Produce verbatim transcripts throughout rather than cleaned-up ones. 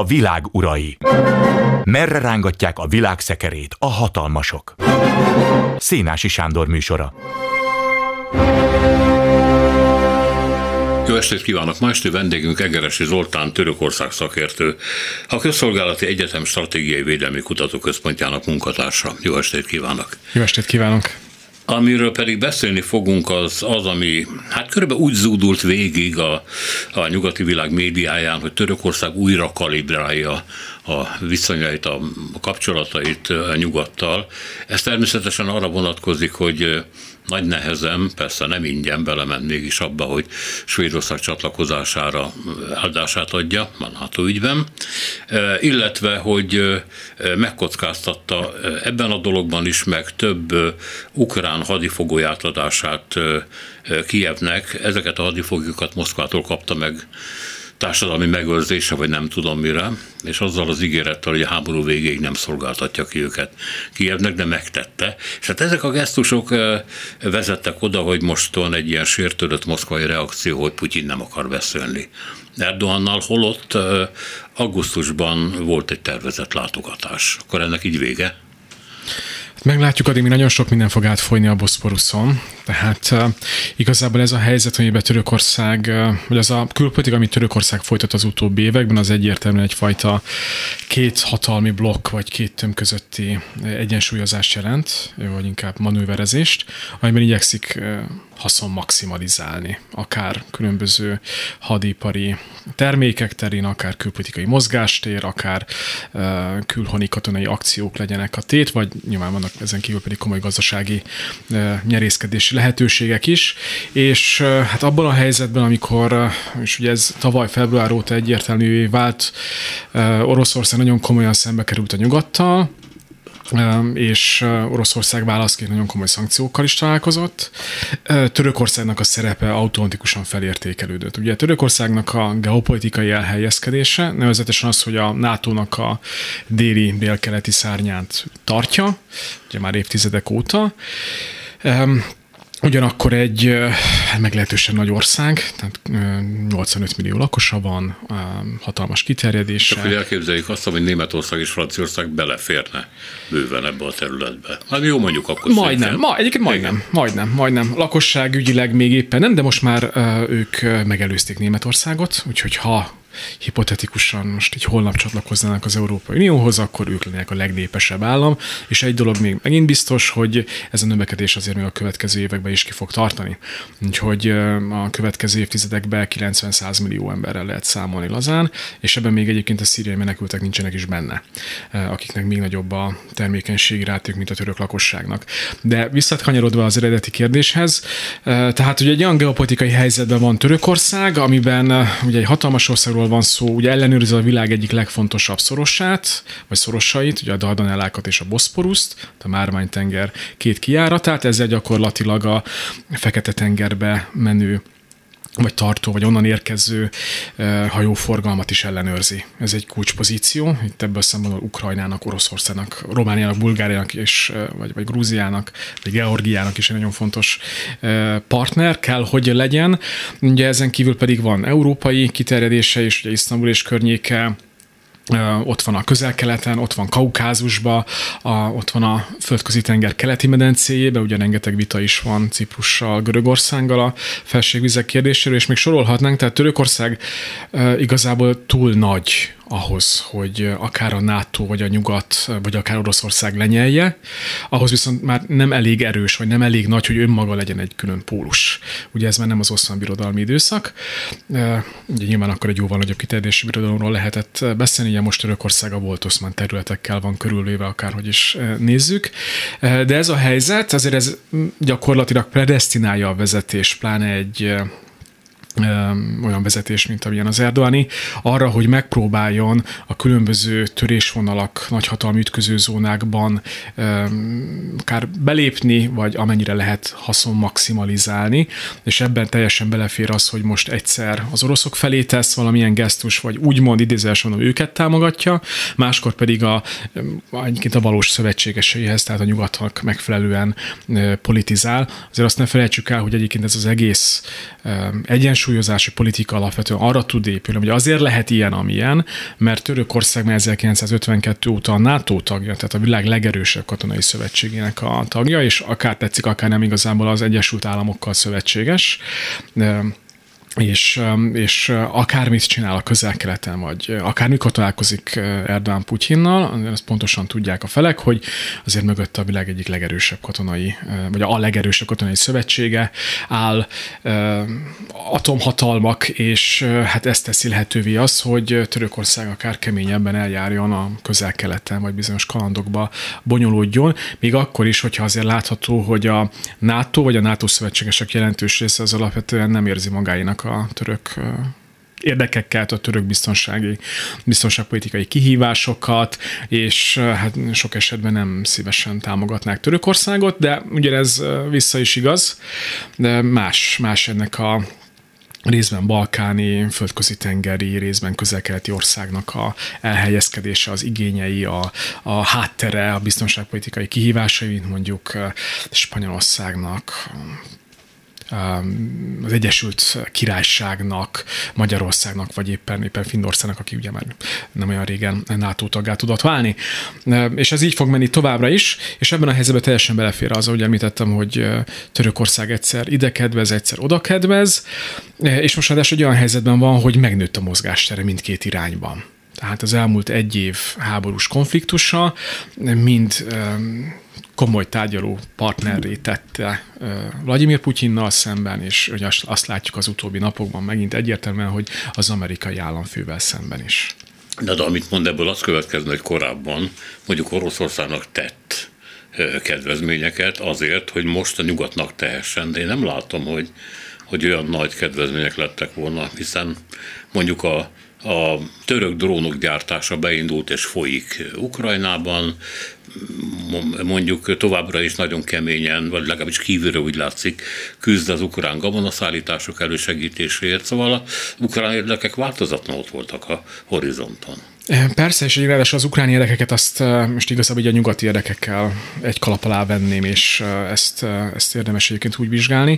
A világ urai. Merre rángatják a világ szekerét a hatalmasok? Szénási Sándor műsora. Jó estét kívánok! Ma esti vendégünk Egeresi Zoltán, Törökország szakértő, a Közszolgálati Egyetem Stratégiai Védelmi Kutatóközpontjának munkatársa. Jó estét kívánok! Jó estét kívánok! Amiről pedig beszélni fogunk, az az, ami hát körülbelül úgy zúdult végig a, a nyugati világ médiáján, hogy Törökország újra kalibrálja a viszonyait, a kapcsolatait a nyugattal. Ez természetesen arra vonatkozik, hogy nagy nehezen, persze nem ingyen belement mégis abba, hogy Svédország csatlakozására áldását adja a NATO ügyben, illetve, hogy megkockáztatta ebben a dologban is meg több ukrán hadifogói átadását Kijevnek. Ezeket a hadifoglyokat Moszkvától kapta meg társadalmi megőrzése, vagy nem tudom mire, és azzal az ígérettel, hogy a háború végéig nem szolgáltatja ki őket Kijevnek, de megtette. És hát ezek a gesztusok vezettek oda, hogy most van egy ilyen sértődött moszkvai reakció, hogy Putyin nem akar beszélni Erdogannal, holott augusztusban volt egy tervezett látogatás. Akkor ennek így vége? Meglátjuk, addig mi nagyon sok minden fog átfolyni a Boszporuszon. Tehát uh, igazából ez a helyzet, amiben Törökország, uh, vagy az a külpolitika, amit Törökország folytat az utóbbi években, az egyértelműen egyfajta két hatalmi blokk, vagy két tömb közötti egyensúlyozást jelent, vagy inkább manőverezést, amiben igyekszik uh, haszon maximalizálni, akár különböző hadipari termékek terén, akár külpolitikai mozgástér, akár uh, külhoni katonai akciók legyenek a tét, vagy nyilván vannak ezen kívül pedig komoly gazdasági uh, nyerészkedési lehetőségek is, és uh, hát abban a helyzetben, amikor, uh, és ugye ez tavaly február óta egyértelművé vált, uh, Oroszország nagyon komolyan szembe került a nyugattal, és Oroszország válaszként nagyon komoly szankciókkal is találkozott. Törökországnak a szerepe automatikusan felértékelődött. Ugye Törökországnak a geopolitikai elhelyezkedése, nevezetesen az, hogy a nátónak a déli, délkeleti szárnyát tartja, ugye már évtizedek óta. Ugyanakkor egy meglehetősen nagy ország, tehát nyolcvanöt millió lakosa van, hatalmas kiterjedése. Csak hogy elképzeljük azt, hogy Németország és Franciaország beleférne bőven ebbe a területbe. Hát jó, mondjuk akkor Majdnem, ma, egyébként majdnem, majdnem, majdnem. Lakosságügyileg még éppen nem, de most már ők megelőzték Németországot, úgyhogy ha hipotetikusan most így holnap csatlakoznának az Európai Unióhoz, akkor ők lennének a legnépesebb állam, és egy dolog még megint biztos, hogy ez a növekedés azért még a következő években is ki fog tartani. Úgyhogy a következő évtizedekben kilencven-száz millió emberrel lehet számolni lazán, és ebben még egyébként a szíriai menekültek nincsenek is benne, akiknek még nagyobb a termékenységi ráték, mint a török lakosságnak. De visszakanyarodva az eredeti kérdéshez, tehát ugye egy olyan geopolitikai helyzetben van Törökország, amiben ugye egy hatalmas országról van szó, ugye ellenőriz a világ egyik legfontosabb szorosát, vagy szorosait, ugye a Dardanellákat és a Boszporuszt, a Márvány-tenger két kijáratát, ezzel gyakorlatilag a Fekete-tengerbe menő vagy tartó, vagy onnan érkező uh, hajóforgalmat is ellenőrzi. Ez egy kulcspozíció, itt ebből szempontból Ukrajnának, Oroszországnak, Romániának, Bulgáriának és, uh, vagy, vagy Grúziának, vagy Georgiának is egy nagyon fontos uh, partner kell, hogy legyen. Ugye ezen kívül pedig van európai kiterjedése is, ugye Isztambul és környéke, Uh, ott van a Közel-Keleten, ott van Kaukázusban, a, ott van a Földközi-tenger keleti medencéjében, ugye rengeteg vita is van Ciprussal, Görögországgal a felségvizek kérdéséről, és még sorolhatnánk, tehát Törökország uh, igazából túl nagy ahhoz, hogy akár a NATO, vagy a Nyugat, vagy akár Oroszország lenyelje, ahhoz viszont már nem elég erős, vagy nem elég nagy, hogy önmaga legyen egy külön pólus. Ugye ez már nem az oszmán birodalmi időszak. Ugye nyilván akkor egy jóval nagyobb kiterjedési birodalomról lehetett beszélni, ugye most Törökország a volt oszmán területekkel van körülvéve, akárhogy is nézzük. De ez a helyzet, azért ez gyakorlatilag predesztinálja a vezetés, pláne egy olyan vezetés, mint amilyen az Erdogani, arra, hogy megpróbáljon a különböző törésvonalak, nagyhatalmi ütközőzónákban akár belépni, vagy amennyire lehet haszon maximalizálni, és ebben teljesen belefér az, hogy most egyszer az oroszok felé tesz valamilyen gesztus, vagy úgymond idézőjelesen őket támogatja, máskor pedig a, egyébként a valós szövetségeseihez, tehát a nyugatnak megfelelően politizál. Azért azt ne felejtsük el, hogy egyébként ez az egész egyensúly ellensúlyozási politika alapvetően arra tud épülni, hogy azért lehet ilyen, amilyen, mert Törökország már ezerkilencszázötvenkettő óta a NATO tagja, tehát a világ legerősebb katonai szövetségének a tagja, és akár tetszik, akár nem igazából az Egyesült Államokkal szövetséges. És, és akármit csinál a Közel-Keleten, vagy akármikor találkozik Erdoğan Putyinnal, ezt pontosan tudják a felek, hogy azért mögötte a világ egyik legerősebb katonai, vagy a legerősebb katonai szövetsége áll, atomhatalmak, és hát ezt teszi lehetővé az, hogy Törökország akár keményebben eljárjon a Közel-Keleten, vagy bizonyos kalandokba bonyolódjon, még akkor is, hogyha azért látható, hogy a NATO, vagy a NATO szövetségesek jelentős része az alapvetően nem érzi magáinak a török érdekekkel, a török biztonsági, biztonságpolitikai kihívásokat, és hát sok esetben nem szívesen támogatnák Törökországot, de ugye ez vissza is igaz, de más, más ennek a részben balkáni, földközi tengeri, részben közel-keleti országnak a elhelyezkedése, az igényei, a, a háttere, a biztonságpolitikai kihívásai, mint mondjuk Spanyolországnak, az Egyesült Királyságnak, Magyarországnak, vagy éppen, éppen Finnországnak, aki ugye már nem olyan régen NATO taggá tudott válni. És ez így fog menni továbbra is, és ebben a helyzetben teljesen belefér az, ahogy említettem, hogy Törökország egyszer ide kedvez, egyszer oda kedvez, és most ráadásul egy olyan helyzetben van, hogy megnőtt a mozgástere mindkét irányban. Tehát az elmúlt egy év háborús konfliktusa mind komoly tárgyaló partnerré tette Vladimir Putyinnal szemben, és ugye azt látjuk az utóbbi napokban megint egyértelműen, hogy az amerikai államfővel szemben is. De, de amit mond, ebből az következne, hogy korábban mondjuk Oroszországnak tett kedvezményeket azért, hogy most a nyugatnak tehessen, de én nem látom, hogy, hogy olyan nagy kedvezmények lettek volna, hiszen mondjuk a A török drónok gyártása beindult és folyik Ukrajnában, mondjuk továbbra is nagyon keményen, vagy legalábbis kívülről úgy látszik, küzd az ukrán gabonaszállítások elősegítéséért, szóval az ukrán érdekek változatlanul ott voltak a horizonton. Persze, és ráadásul az ukrán érdekeket azt most igazából így a nyugati érdekekkel egy kalap alá venném, és ezt, ezt érdemes egyébként úgy vizsgálni.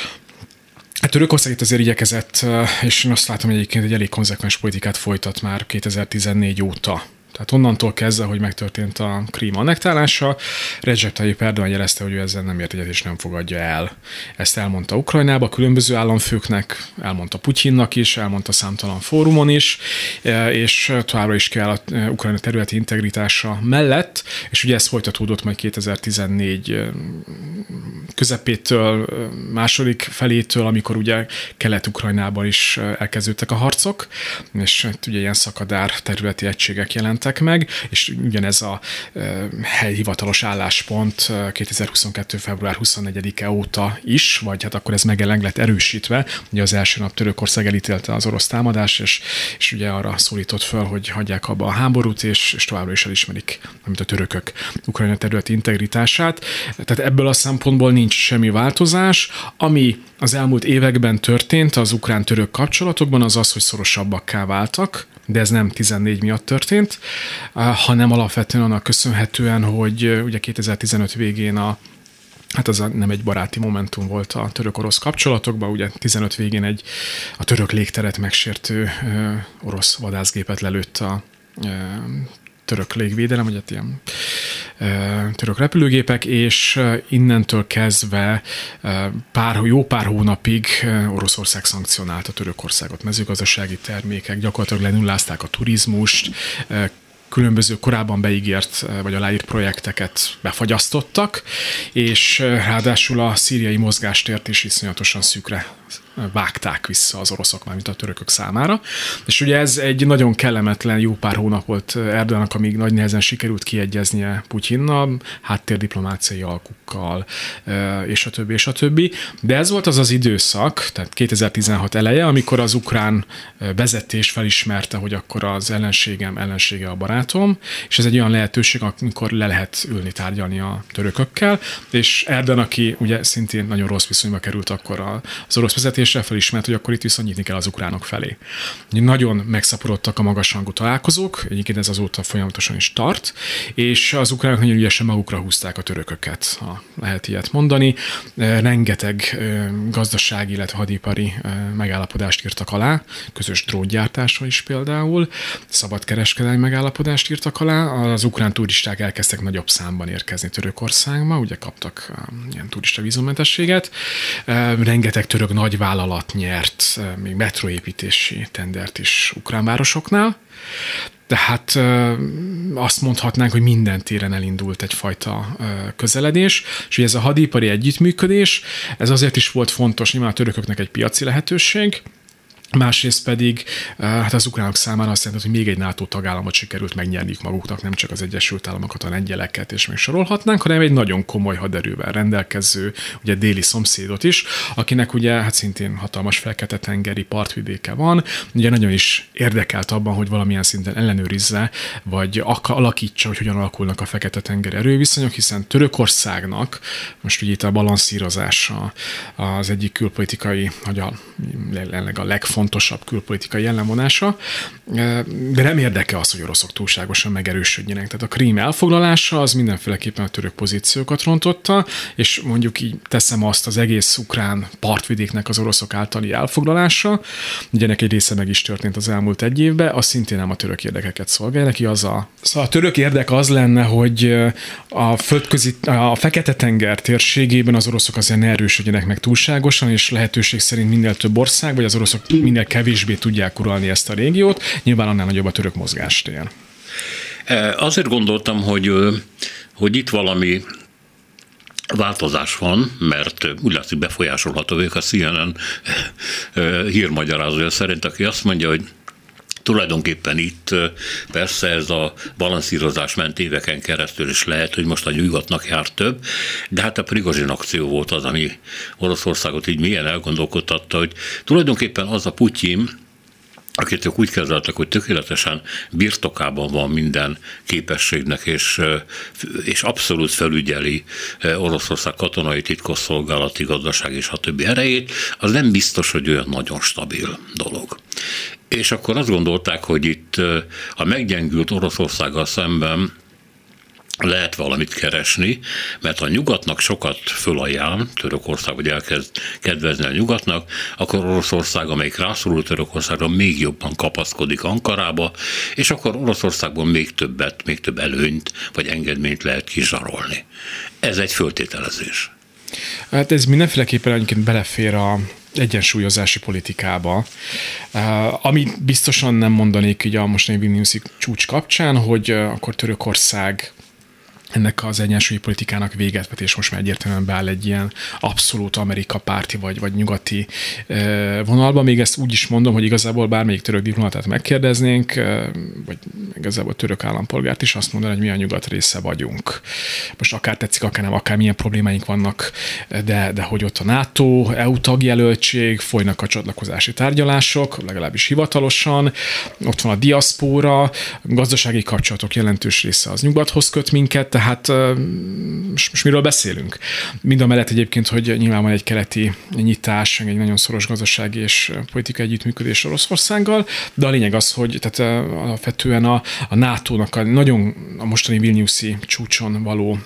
Hát Törökország itt azért igyekezett, és én azt látom, hogy egyébként egy elég konzekvens politikát folytat már kétezer-tizennégy óta. Tehát onnantól kezdve, hogy megtörtént a Krím annektálása, Recep Tayyip Erdoğan jelezte, hogy ő ezzel nem ért egyet és nem fogadja el. Ezt elmondta Ukrajnába, különböző államfőknek, elmondta Putyinnak is, elmondta számtalan fórumon is, és továbbra is kell a Ukrajna területi integritása mellett, és ugye ez folytatódott majd kétezer-tizennégy közepétől, második felétől, amikor ugye Kelet-Ukrajnában is elkezdődtek a harcok, és ugye ilyen szakadár területi egységek jelentek meg, és ugyanez a hely hivatalos álláspont kétezer-huszonkettő február huszonnegyedike óta is, vagy hát akkor ez meg lett erősítve, ugye az első nap Törökország elítélte az orosz támadás, és, és ugye arra szólított föl, hogy hagyják abba a háborút, és, és továbbra is elismerik, amit a törökök Ukrajna területi integritását. Tehát ebből a szempontból nincs semmi változás. Ami az elmúlt években történt az ukrán-török kapcsolatokban, az az, hogy szorosabbakká váltak, de ez nem tizennégy miatt történt, hanem alapvetően annak köszönhetően, hogy ugye kétezer-tizenöt végén a Hát az nem egy baráti momentum volt a török-orosz kapcsolatokban, ugye tizenöt végén egy a török légteret megsértő ö, orosz vadászgépet lelőtt a ö, török légvédelem, vagy hát ilyen ö, török repülőgépek, és innentől kezdve ö, pár, jó pár hónapig Oroszország szankcionálta Törökországot, mezőgazdasági termékek, gyakorlatilag lenullázták a turizmust, ö, különböző korábban beígért vagy aláírt projekteket befagyasztottak, és ráadásul a szíriai mozgástért is iszonyatosan szűkre vágták vissza az oroszok, mármint a törökök számára. És ugye ez egy nagyon kellemetlen jó pár hónap volt Erdoğannak, amíg nagy nehezen sikerült kiegyeznie Putyinnal, háttérdiplomáciai alkukkal, és a többi, és a többi. De ez volt az az időszak, tehát kétezer-tizenhat eleje, amikor az ukrán vezetés felismerte, hogy akkor az ellenségem ellensége a barát, barátom, és ez egy olyan lehetőség, amikor le lehet ülni tárgyalni a törökökkel, és Erdogan, aki ugye szintén nagyon rossz viszonyba került akkor az orosz vezetéssel, felismert, hogy akkor itt viszont nyitni kell az ukránok felé. Nagyon megszaporodtak a magasrangú találkozók, egyébként ez azóta folyamatosan is tart, és az ukránok nagyon ügyesen magukra húzták a törököket, ha lehet ilyet mondani. Rengeteg gazdasági, illetve hadipari megállapodást írtak alá, közös drótgyártásra is például, szabadkereskedelmi megállapodást írtak alá, az ukrán turisták elkezdtek nagyobb számban érkezni Törökországba, ugye kaptak ilyen turista vízummentességet. Rengeteg török nagyvállalat nyert még metroépítési tendert is ukrán városoknál. Tehát azt mondhatnánk, hogy minden téren elindult egyfajta közeledés, és hogy ez a hadipari együttműködés, ez azért is volt fontos, nyilván a törököknek egy piaci lehetőség, másrészt pedig hát az ukránok számára azt jelenti, hogy még egy NATO tagállamot sikerült megnyerniük maguknak, nem csak az Egyesült Államokat, a lengyeleket, és még sorolhatnánk, hanem egy nagyon komoly haderővel rendelkező, ugye déli szomszédot is, akinek ugye hát szintén hatalmas Fekete-tengeri partvidéke van, ugye nagyon is érdekelt abban, hogy valamilyen szinten ellenőrizze, vagy alakítsa, hogy hogyan alakulnak a Fekete-tengeri erőviszonyok, hiszen Törökországnak most ugye itt a balanszírozása az egyik külpolitikai, vagy a, a legfontosabb fontosabb külpolitikai jellemvonása, de nem érdeke az, hogy oroszok túlságosan megerősödjenek. Tehát a Krím elfoglalása az mindenféleképpen a török pozíciókat rontotta, és mondjuk így teszem azt, az egész ukrán partvidéknek az oroszok általi elfoglalása, ugye ennek egy része meg is történt az elmúlt egy évben, az szintén nem a török érdekeket szolgál, neki az a... Szóval a török érdek az lenne, hogy a földközi, a Fekete-tenger térségében az oroszok azért ne erősödjenek meg túlságosan, és lehetőség szerint minél több ország, vagy az oroszok minél kevésbé tudják uralni ezt a régiót, nyilván annál nagyobb a török mozgástér. Azért gondoltam, hogy, hogy itt valami változás van, mert úgy látszik befolyásolható vagyok a C N N hírmagyarázója szerint, aki azt mondja, hogy tulajdonképpen itt persze ez a balanszírozás ment éveken keresztül is lehet, hogy most a nyugatnak jár több, de hát a Prigozsin akció volt az, ami Oroszországot így milyen elgondolkodtatta, hogy tulajdonképpen az a Putyin, akit ők úgy kezeltek, hogy tökéletesen birtokában van minden képességnek, és, és abszolút felügyeli Oroszország katonai, titkosszolgálati, gazdaság és a többi erejét, az nem biztos, hogy olyan nagyon stabil dolog. És akkor azt gondolták, hogy itt a meggyengült Oroszországgal szemben lehet valamit keresni, mert a nyugatnak sokat fölajánl, Törökország, vagy elkezd kedvezni a nyugatnak, akkor Oroszország, amelyik rászorul Törökországra, még jobban kapaszkodik Ankarába, és akkor Oroszországban még többet, még több előnyt, vagy engedményt lehet kizsarolni. Ez egy föltételezés. Hát ez mindenféleképpen egyébként belefér a egyensúlyozási politikába. Uh, amit biztosan nem mondanék így a mostani Vilniuszi csúcs kapcsán, hogy uh, akkor Törökország ennek az egyensúlyi politikának véget vet, és most már egyértelműen beáll egy ilyen abszolút Amerika párti vagy, vagy nyugati e, vonalba. Még ezt úgy is mondom, hogy igazából bármelyik török diplomatát megkérdeznénk, e, vagy igazából török állampolgárt is azt mondaná, hogy mi a nyugat része vagyunk. Most akár tetszik, akár nem, akár milyen problémáink vannak, de, de hogy ott a NATO, é u tagjelöltség, folynak a csatlakozási tárgyalások, legalábbis hivatalosan, ott van a diaszpóra, gazdasági kapcsolatok jelentős része az nyugathoz köt minket, tehát most miről beszélünk? Mind a mellett egyébként, hogy nyilván van egy keleti nyitás, egy nagyon szoros gazdasági és politikai együttműködés Oroszországgal, de a lényeg az, hogy tehát alapvetően a, a nátónak a nagyon a mostani Vilniuszi csúcson való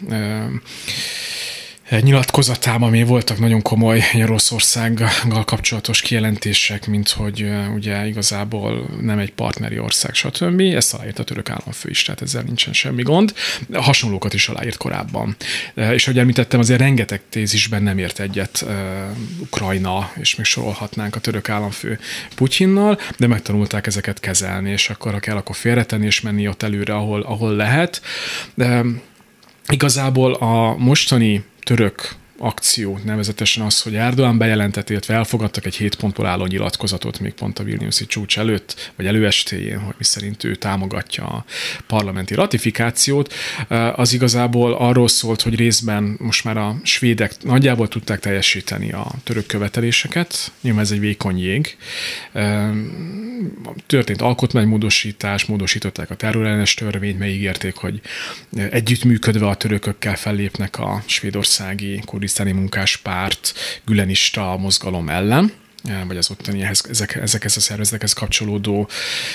nyilatkozatában még voltak nagyon komoly Oroszországgal kapcsolatos kijelentések, mint hogy ugye igazából nem egy partneri ország, stb. Ezt aláírt a török államfő is, tehát ezzel nincsen semmi gond. Hasonlókat is aláírt korábban. És ahogy említettem, azért rengeteg tézisben nem ért egyet Ukrajna, és még sorolhatnánk a török államfő Putyinnal, de megtanulták ezeket kezelni, és akkor ha kell, akkor félretenni és menni ott előre, ahol, ahol lehet. De igazából a mostani török akció, nevezetesen az, hogy Erdoğan bejelentett, illetve elfogadtak egy hét pontból álló nyilatkozatot még pont a vilniuszi csúcs előtt, vagy előestéjén, hogy miszerint ő támogatja a parlamenti ratifikációt, az igazából arról szólt, hogy részben most már a svédek nagyjából tudták teljesíteni a török követeléseket. Nyilván ez egy vékony jég. Történt alkotmánymódosítás, módosították a terrorellenes törvényt, mely ígérték, hogy együttműködve a törökökkel fellépnek a svédországi kurdisztáni munkáspárt gülenista mozgalom ellen, vagy az ottani ezek, ezekhez a szervezetekhez kapcsolódó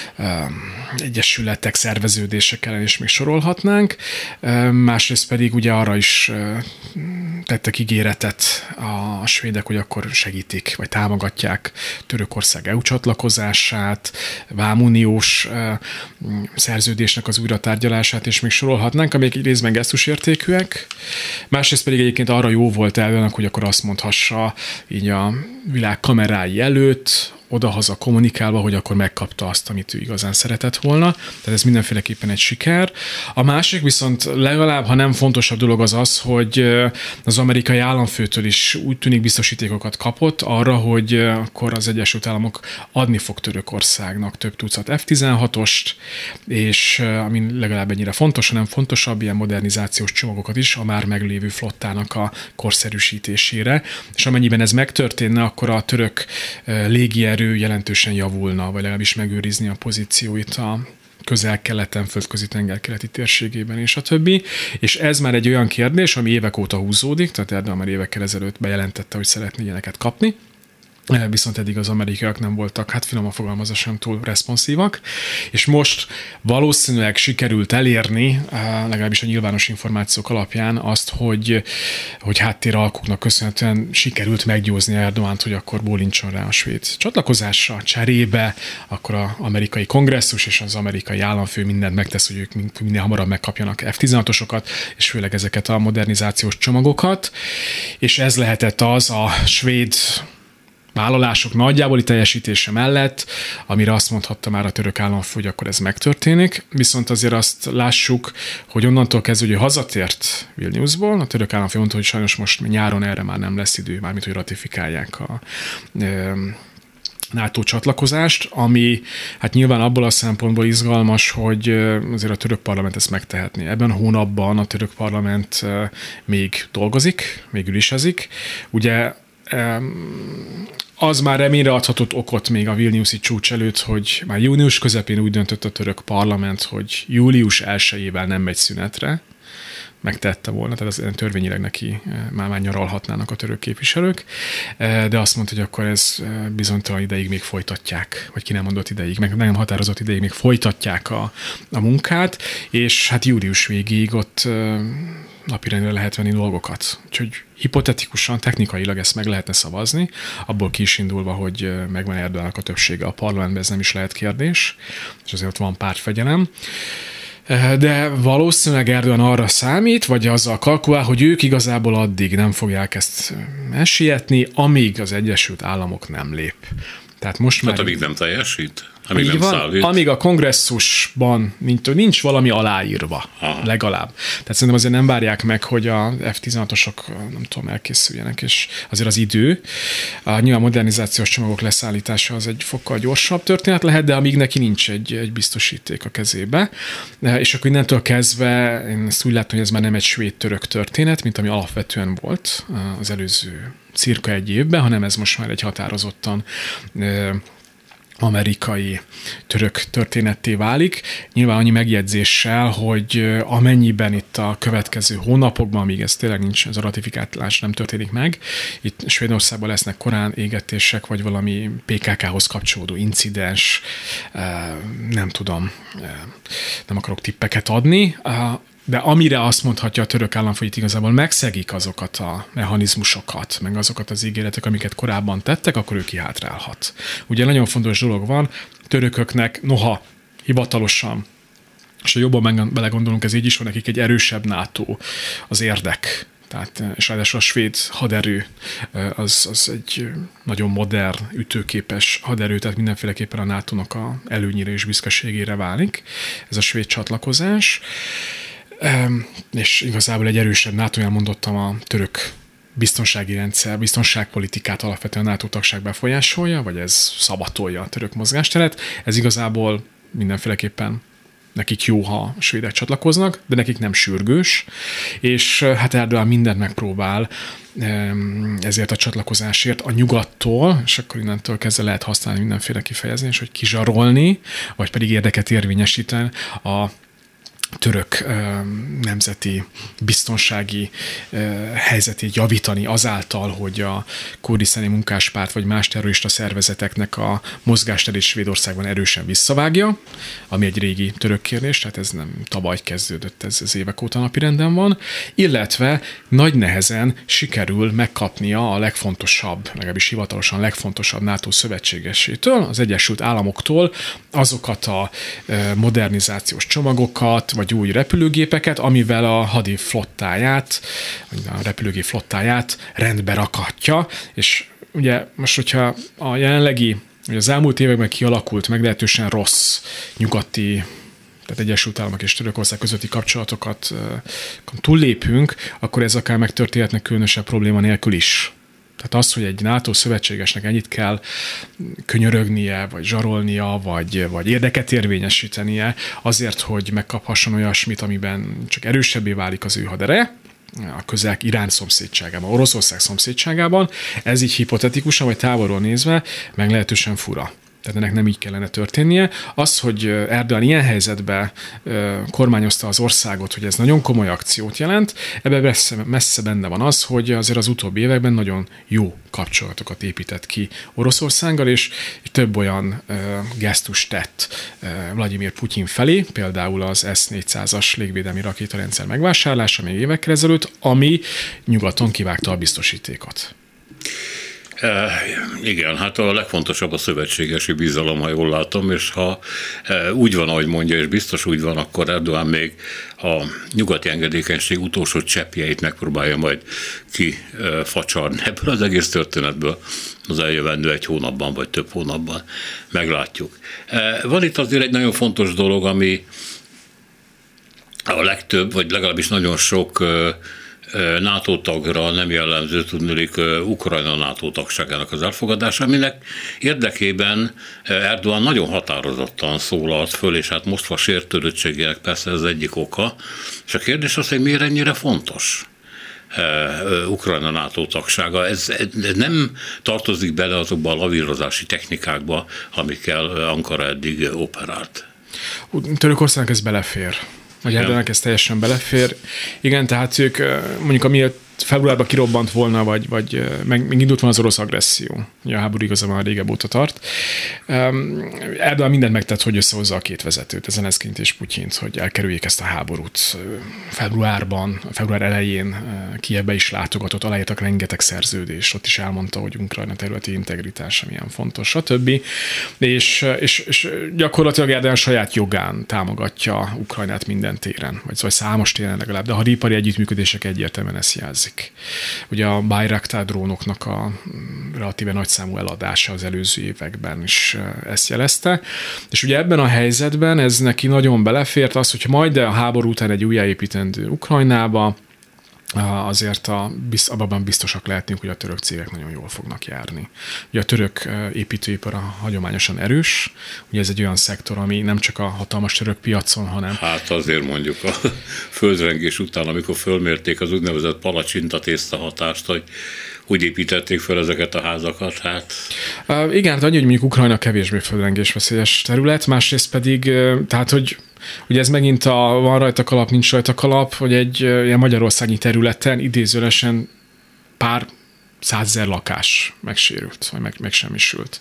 um, egyesületek, szerveződések ellen is még sorolhatnánk. Um, másrészt pedig ugye arra is uh, tettek ígéretet a svédek, hogy akkor segítik, vagy támogatják Törökország é u csatlakozását, vámuniós uh, szerződésnek az újratárgyalását, és még sorolhatnánk, amelyek egy részben gesztusértékűek. Másrészt pedig egyébként arra jó volt Erdoğannak, hogy akkor azt mondhassa így a világ kamerái előtt, odahaza kommunikálva, hogy akkor megkapta azt, amit ő igazán szeretett volna. Tehát ez mindenféleképpen egy siker. A másik viszont legalább, ha nem fontosabb dolog az az, hogy az amerikai államfőtől is úgy tűnik biztosítékokat kapott arra, hogy akkor az Egyesült Államok adni fog Törökországnak több tucat ef tizenhatost, és ami legalább ennyire fontos, hanem fontosabb, ilyen modernizációs csomagokat is a már meglévő flottának a korszerűsítésére. És amennyiben ez megtörténne, akkor a török légierő jelentősen javulna, vagy legalábbis megőrizni a pozícióit a közel-keleten, földközi tenger keleti térségében, és a többi. És ez már egy olyan kérdés, ami évek óta húzódik, tehát Erdoğan már évekkel ezelőtt bejelentette, hogy szeretné ilyeneket kapni, viszont eddig az amerikaiak nem voltak, hát finoman fogalmazáson túl responsívak, és most valószínűleg sikerült elérni, legalábbis a nyilvános információk alapján azt, hogy, hogy háttéralkuknak köszönhetően sikerült meggyőzni Erdoğant, hogy akkor bólincson rá a svéd csatlakozásra, cserébe, akkor az amerikai kongresszus és az amerikai államfő mindent megtesz, hogy ők minél hamarabb megkapjanak ef tizenhatosokat, és főleg ezeket a modernizációs csomagokat, és ez lehetett az a svéd vállalások nagyjáboli teljesítése mellett, amire azt mondhatta már a török államfő, hogy akkor ez megtörténik. Viszont azért azt lássuk, hogy onnantól kezdve, hogy hazatért Vilniusból, a török államfő mondta, hogy sajnos most nyáron erre már nem lesz idő, mármint hogy ratifikálják a e, NATO csatlakozást, ami hát nyilván abból a szempontból izgalmas, hogy azért a török parlament ezt megtehetné. Ebben a hónapban a török parlament még dolgozik, még ülésezik. Ugye az már reményre adhatott okot még a vilniuszi csúcs előtt, hogy már június közepén úgy döntött a török parlament, hogy július elsejével nem megy szünetre, megtette volna, tehát az törvényileg neki már, már nyaralhatnának a török képviselők, de azt mondta, hogy akkor ez bizonytalan ideig még folytatják, vagy ki nem mondott ideig, meg nem határozott ideig még folytatják a, a munkát, és hát július végéig ott napirendre lehet venni dolgokat. Úgyhogy hipotetikusan, technikailag ezt meg lehetne szavazni, abból ki is indulva, hogy megvan Erdoğannak a többsége a parlamentben, ez nem is lehet kérdés, és azért ott van pártfegyelem. De valószínűleg Erdoğan arra számít, vagy azzal kalkulál, hogy ők igazából addig nem fogják ezt elsietni, amíg az Egyesült Államok nem lép. Tehát most már... Hát amíg nem teljesít? Amíg nem van, szállít? Amíg a kongresszusban nincs, nincs valami aláírva, aha, legalább. Tehát szerintem azért nem várják meg, hogy a ef tizenhatosok, nem tudom, elkészüljenek, és azért az idő. A nyilván modernizációs csomagok leszállítása az egy fokkal gyorsabb történet lehet, de amíg neki nincs egy, egy biztosíték a kezébe. És akkor innentől kezdve én ezt úgy látom, hogy ez már nem egy svéd-török történet, mint ami alapvetően volt az előző cirka egy évben, hanem ez most már egy határozottan amerikai török történetté válik. Nyilván annyi megjegyzéssel, hogy amennyiben itt a következő hónapokban, amíg ez tényleg nincs, ez a ratifikálás nem történik meg, itt Svédországban lesznek korán égetések, vagy valami pé ká ká-hoz kapcsolódó incidens, nem tudom, nem akarok tippeket adni, de amire azt mondhatja a török állam, hogy itt igazából megszegik azokat a mechanizmusokat, meg azokat az ígéretek, amiket korábban tettek, akkor ő kihátrálhat. Ugye nagyon fontos dolog van, törököknek, noha hivatalosan, és ha jobban belegondolunk, ez így is van, nekik egy erősebb NATO az érdek. Tehát, és ráadásul a svéd haderő az, az egy nagyon modern, ütőképes haderő, tehát mindenféleképpen a nátónak a előnyére és büszkeségére válik ez a svéd csatlakozás. És igazából egy erősebb NATO, olyan mondottam, a török biztonsági rendszer, biztonságpolitikát alapvetően a NATO tagság befolyásolja, vagy ez szabatolja a török mozgásteret. Ez igazából mindenféleképpen nekik jó, ha a svédek csatlakoznak, de nekik nem sürgős, és hát Erdogan mindent megpróbál ezért a csatlakozásért a nyugattól, és akkor innentől kezdve lehet használni mindenféle kifejezés, hogy kizsarolni, vagy pedig érdeket érvényesíteni a török ö, nemzeti biztonsági ö, helyzetét javítani azáltal, hogy a kurdisztáni munkáspárt vagy más terrorista szervezeteknek a mozgásterét Svédországban erősen visszavágja, ami egy régi török kérdés, tehát ez nem tavaly kezdődött, ez az évek óta napirenden van, illetve nagy nehezen sikerül megkapnia a legfontosabb, legalábbis hivatalosan legfontosabb NATO szövetségesétől, az Egyesült Államoktól azokat a modernizációs csomagokat, vagy új repülőgépeket, amivel a hadi flottáját, a repülőgép flottáját rendbe rakhatja, és ugye most, hogyha a jelenlegi, vagy az elmúlt években kialakult, meglehetősen rossz nyugati, tehát Egyesült Államok és Törökország közötti kapcsolatokat túllépünk, akkor ez akár megtörténhetnek különösebb probléma nélkül is. Tehát az, hogy egy NATO szövetségesnek ennyit kell könyörögnie, vagy zsarolnia, vagy, vagy érdeket érvényesítenie azért, hogy megkaphasson olyasmit, amiben csak erősebbé válik az ő hadereje, a közel Irán szomszédságában, Oroszország szomszédságában, ez így hipotetikusan, vagy távolról nézve meglehetősen fura. Tehát ennek nem így kellene történnie. Az, hogy Erdogan ilyen helyzetben kormányozta az országot, hogy ez nagyon komoly akciót jelent, ebben messze, messze benne van az, hogy azért az utóbbi években nagyon jó kapcsolatokat épített ki Oroszországgal, és több olyan gesztus tett Vladimir Putyin felé, például az S négyszázas légvédelmi rakétarendszer megvásárlása még évekkel ezelőtt, ami nyugaton kivágta a biztosítékot. E, igen, hát a legfontosabb a szövetségesi bizalom, ha jól látom, és ha e, úgy van, ahogy mondja, és biztos úgy van, akkor Erdogan még a nyugati engedékenység utolsó cseppjeit megpróbálja majd kifacsarni ebből az egész történetből az eljövendő egy hónapban, vagy több hónapban. Meglátjuk. E, van itt azért egy nagyon fontos dolog, ami a legtöbb, vagy legalábbis nagyon sok NATO tagra nem jellemző, tudniillik Ukrajna NATO tagságának az elfogadása, aminek érdekében Erdogan nagyon határozottan szólalt föl, és hát Moszkva sértődöttségének persze ez egyik oka. És a kérdés az, hogy miért ennyire fontos Ukrajna NATO tagsága. Ez, ez nem tartozik bele azokba a lavírozási technikákba, amikkel Ankara eddig operált. Törökországnak ez belefér. Vagy Erdogannak ez teljesen belefér. Igen, tehát ők mondjuk amiért februárban kirobbant volna, vagy, vagy meg, megindult volna az orosz agresszió. Ugye a háború igazából már régebb óta tart. Um, Erdogan mindent megtett, hogy összehozza a két vezetőt, Zelenszkijt és Putyint, hogy elkerüljék ezt a háborút. Februárban, február elején Kijevbe is látogatott, aláírtak rengeteg szerződést, ott is elmondta, hogy Ukrajna területi integritása milyen fontos, stb. És, és, és gyakorlatilag Erdogan saját jogán támogatja Ukrajnát minden téren, vagy szóval számos téren legalább, de a hadipari együttműködések egyértelműen ezt jelzik. Ugye a Bayraktar drónoknak a relatíve nagyszámú eladása az előző években is ezt jelezte. És ugye ebben a helyzetben ez neki nagyon belefért az, hogyha majd a háború után egy újjáépítendő Ukrajnába, azért a, abban biztosak lehetünk, hogy a török cégek nagyon jól fognak járni. Ugye a török építőipar hagyományosan erős, ugye ez egy olyan szektor, ami nem csak a hatalmas török piacon, hanem... Hát azért mondjuk a földrengés után, amikor fölmérték az úgynevezett palacsinta tészta hatást, hogy úgy építették fel ezeket a házakat, hát... Uh, igen, hát annyi, hogy mondjuk Ukrajna kevésbé földrengésveszélyes terület, másrészt pedig, tehát, hogy ugye ez megint a van rajta kalap, nincs rajta kalap, hogy egy ilyen magyarországi területen idézőlesen pár százezer lakás megsérült, vagy meg, megsemmisült.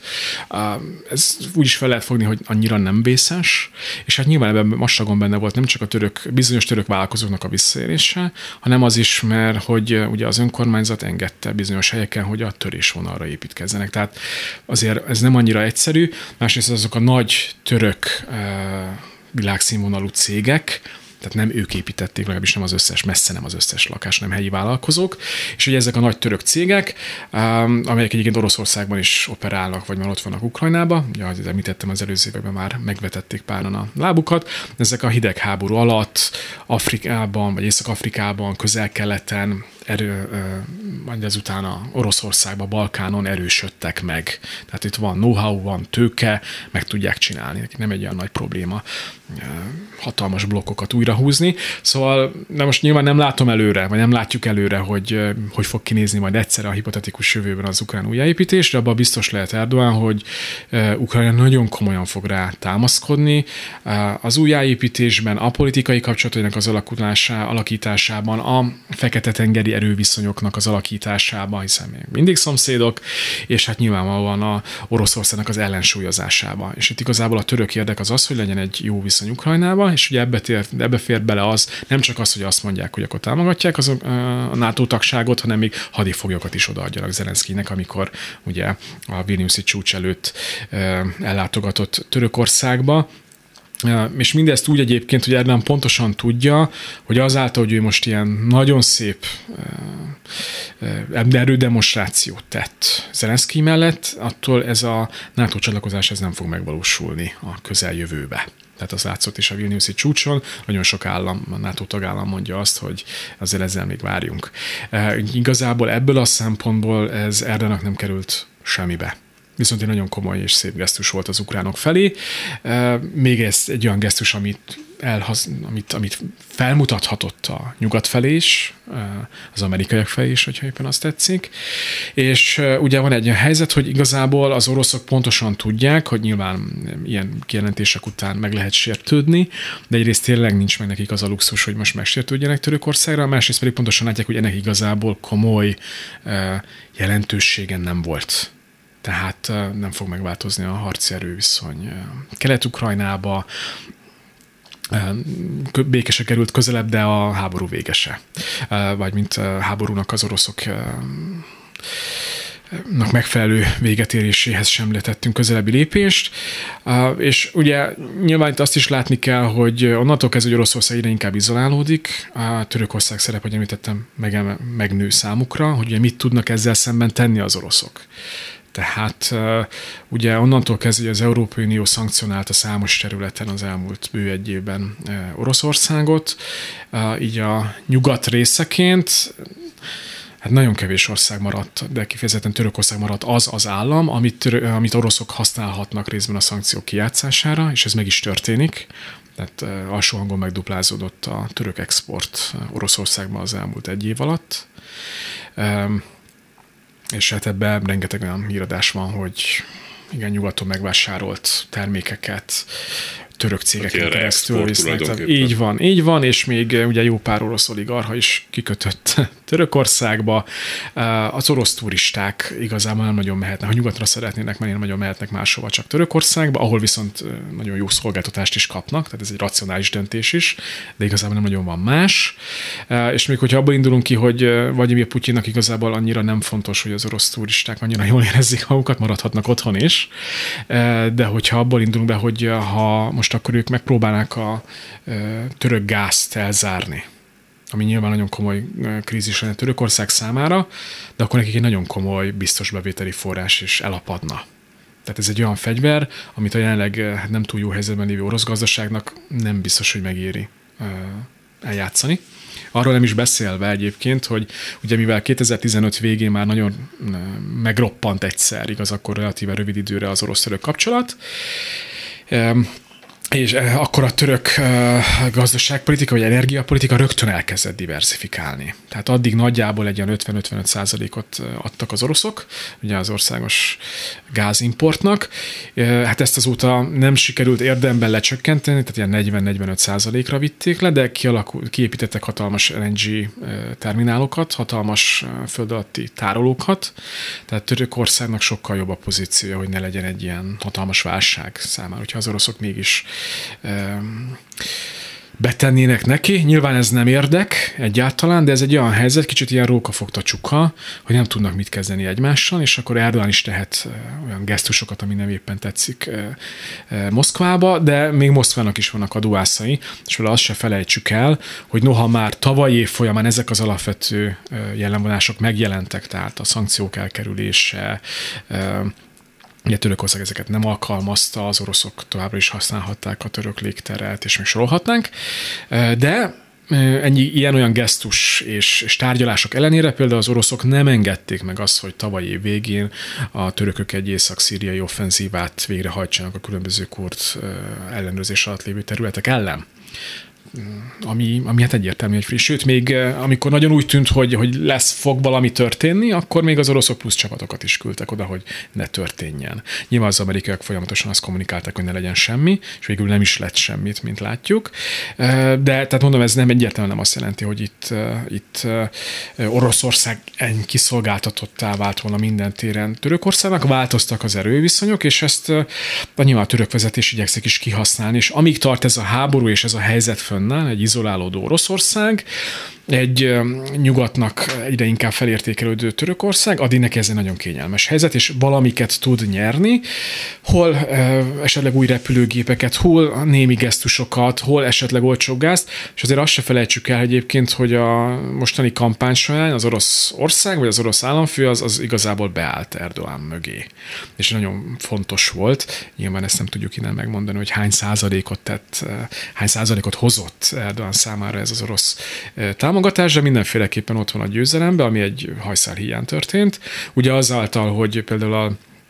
Ez úgy is fel lehet fogni, hogy annyira nem vészes, és hát nyilván ebben vastagon benne volt nem csak a török, bizonyos török vállalkozóknak a visszaélése, hanem az is, mert hogy ugye az önkormányzat engedte bizonyos helyeken, hogy a törésvonalra építkezzenek. Tehát azért ez nem annyira egyszerű, másrészt azok a nagy török világszínvonalú cégek, tehát nem ők építették, legalábbis nem az összes, messze nem az összes lakás, nem helyi vállalkozók, és ugye ezek a nagy török cégek, amelyek egyébként Oroszországban is operálnak, vagy már ott vannak Ukrajnában, ugye, ahogy említettem, az előző években már megvetették páran a lábukat, ezek a hidegháború alatt Afrikában, vagy Észak-Afrikában, Közel-Keleten erő, majd ezután a Oroszországban, Balkánon erősödtek meg. Tehát itt van know-how, van tőke, meg tudják csinálni. Nem egy olyan nagy probléma hatalmas blokkokat újrahúzni. Szóval, de most nyilván nem látom előre, vagy nem látjuk előre, hogy hogy fog kinézni majd egyszerre a hipotetikus jövőben az ukrán újjáépítés, de abban biztos lehet Erdogan, hogy Ukrajna nagyon komolyan fog rá támaszkodni. Az újjáépítésben, a politikai kapcsolatainak az alakulásá, alakításában, a fekete-tengeri erőviszonyoknak az alakításában, hiszen még mindig szomszédok, és hát nyilvánvalóan a Oroszországnak az ellensúlyozásában. És itt igazából a török érdek az az, hogy legyen egy jó viszony Ukrajnába, és ugye ebbe, tér, ebbe fér bele az, nem csak az, hogy azt mondják, hogy akkor támogatják az, a NATO tagságot, hanem még hadifoglyokat is odaadjanak Zelenszkijnek, amikor ugye a vilniuszi csúcs előtt ellátogatott Törökországba. És mindezt úgy egyébként, hogy Erdogan pontosan tudja, hogy azáltal, hogy ő most ilyen nagyon szép erődemonstrációt tett Zelenszkij mellett, attól ez a NATO csatlakozás ez nem fog megvalósulni a közeljövőbe. Tehát az látszott is a vilniuszi csúcson, nagyon sok állam, a NATO tagállam mondja azt, hogy azért ezzel még várjunk. E, igazából ebből a szempontból ez Erdogannak nem került semmibe. Viszont egy nagyon komoly és szép gesztus volt az ukránok felé. E, még ez egy olyan gesztus, amit, elhaz, amit, amit felmutathatott a nyugat felé is, az amerikaiak felé is, hogyha éppen azt tetszik. És ugye van egy olyan helyzet, hogy igazából az oroszok pontosan tudják, hogy nyilván ilyen kijelentések után meg lehet sértődni, de egyrészt tényleg nincs meg nekik az a luxus, hogy most megsértődjenek Törökországra, másrészt pedig pontosan látják, hogy ennek igazából komoly jelentősége nem volt. Tehát nem fog megváltozni a harci erőviszony Kelet-Ukrajnába, békese került közelebb, de a háború végese. Vagy mint háborúnak az oroszoknak megfelelő végetéréséhez sem letettünk közelebbi lépést. És ugye nyilván itt azt is látni kell, hogy onnantól kezdve, hogy Oroszország egyre inkább izolálódik, a Törökország szerep, hogy említettem, megnő számukra, hogy ugye mit tudnak ezzel szemben tenni az oroszok. Tehát ugye onnantól kezdve, hogy az Európai Unió szankcionálta számos területen az elmúlt bő egy évben Oroszországot, így a nyugat részeként hát nagyon kevés ország maradt, de kifejezetten Törökország maradt az az állam, amit, amit oroszok használhatnak részben a szankciók kijátszására, és ez meg is történik. Tehát alsó hangon megduplázódott a török export Oroszországban az elmúlt egy év alatt. És hát ebben rengeteg olyan híradás van, hogy igen, nyugaton megvásárolt termékeket török cégeken keresztül visznek. Így van, így van, és még ugye jó pár orosz oligarcha is kikötött Törökországba. Az orosz turisták igazából nem nagyon mehetnek, ha nyugatra szeretnének menni, nem nagyon mehetnek máshova, csak Törökországba, ahol viszont nagyon jó szolgáltatást is kapnak, tehát ez egy racionális döntés is, de igazából nem nagyon van más. És még hogyha abból indulunk ki, hogy Vlagyimir Putyinnak igazából annyira nem fontos, hogy az orosz turisták annyira jól érezzék magukat, maradhatnak otthon is, de hogyha abból indulunk be, hogy ha most akkor ők megpróbálnák a török gázt elzárni, ami nyilván nagyon komoly krízis lenne Törökország számára, de akkor nekik egy nagyon komoly biztos bevételi forrás is elapadna. Tehát ez egy olyan fegyver, amit a jelenleg nem túl jó helyzetben lévő orosz gazdaságnak nem biztos, hogy megéri eljátszani. Arról nem is beszélve egyébként, hogy ugye mivel kétezer-tizenöt végén már nagyon megroppant egyszer, igaz, akkor relatíve rövid időre az orosz-török kapcsolat, és akkor a török gazdaságpolitika vagy energiapolitika rögtön elkezdett diversifikálni. Tehát addig nagyjából egy ilyen ötven-ötvenöt százalékot adtak az oroszok, ugye az országos gázimportnak. Hát ezt azóta nem sikerült érdemben lecsökkenteni, tehát ilyen negyven-negyvenöt százalékra vitték le, de kialakul, kiépítettek hatalmas el en gé terminálokat, hatalmas föld alatti tárolókat, tehát Törökországnak sokkal jobb a pozíciója, hogy ne legyen egy ilyen hatalmas válság számára, hogyha az oroszok mégis betennének neki. Nyilván ez nem érdek egyáltalán, de ez egy olyan helyzet, kicsit ilyen rókafogta csuka, hogy nem tudnak mit kezdeni egymással, és akkor Erdogan is tehet olyan gesztusokat, ami nem éppen tetszik Moszkvába, de még Moszkvának is vannak a duászai, és vele azt se felejtsük el, hogy noha már tavaly év folyamán ezek az alapvető jellemvonások megjelentek, tehát a szankciók elkerülése, ugye Törökország ezeket nem alkalmazta, az oroszok továbbra is használhatták a török légteret, és még sorolhatnánk, de ennyi ilyen-olyan gesztus és, és tárgyalások ellenére például az oroszok nem engedték meg azt, hogy tavaly év végén a törökök egy észak-szíriai offenzívát végrehajtsanak a különböző kurd ellenőrzés alatt lévő területek ellen. Ami, ami hát egyértelmű, hogy sőt, még amikor nagyon úgy tűnt, hogy, hogy lesz, fog valami történni, akkor még az oroszok plusz csapatokat is küldtek oda, hogy ne történjen. Nyilván az amerikaiak folyamatosan azt kommunikálták, hogy ne legyen semmi, és végül nem is lett semmit, mint látjuk. De tehát mondom, ez nem egyértelműen nem azt jelenti, hogy itt, itt Oroszország kiszolgáltatottá vált volna minden téren Törökországnak, változtak az erőviszonyok, és ezt a nyilván a török vezetés igyekszik is kihasználni, és amíg tart ez a háború és ez a helyzet fönnáll, egy izolálódó Oroszország, egy nyugatnak egyre inkább felértékelődő Törökország, addig neki ez egy nagyon kényelmes helyzet, és valamiket tud nyerni, hol esetleg új repülőgépeket, hol némi gesztusokat, hol esetleg olcsó gázt, és azért azt se felejtsük el egyébként, hogy a mostani kampány során az orosz ország, vagy az orosz államfő az, az igazából beállt Erdoğan mögé. És nagyon fontos volt, nyilván ezt nem tudjuk innen megmondani, hogy hány százalékot tett, hány százalékot hozott Erdoğan számára ez az orosz támogatás, de mindenféleképpen ott van a győzelemben, ami egy hajszálhíján történt. Ugye azáltal, hogy például a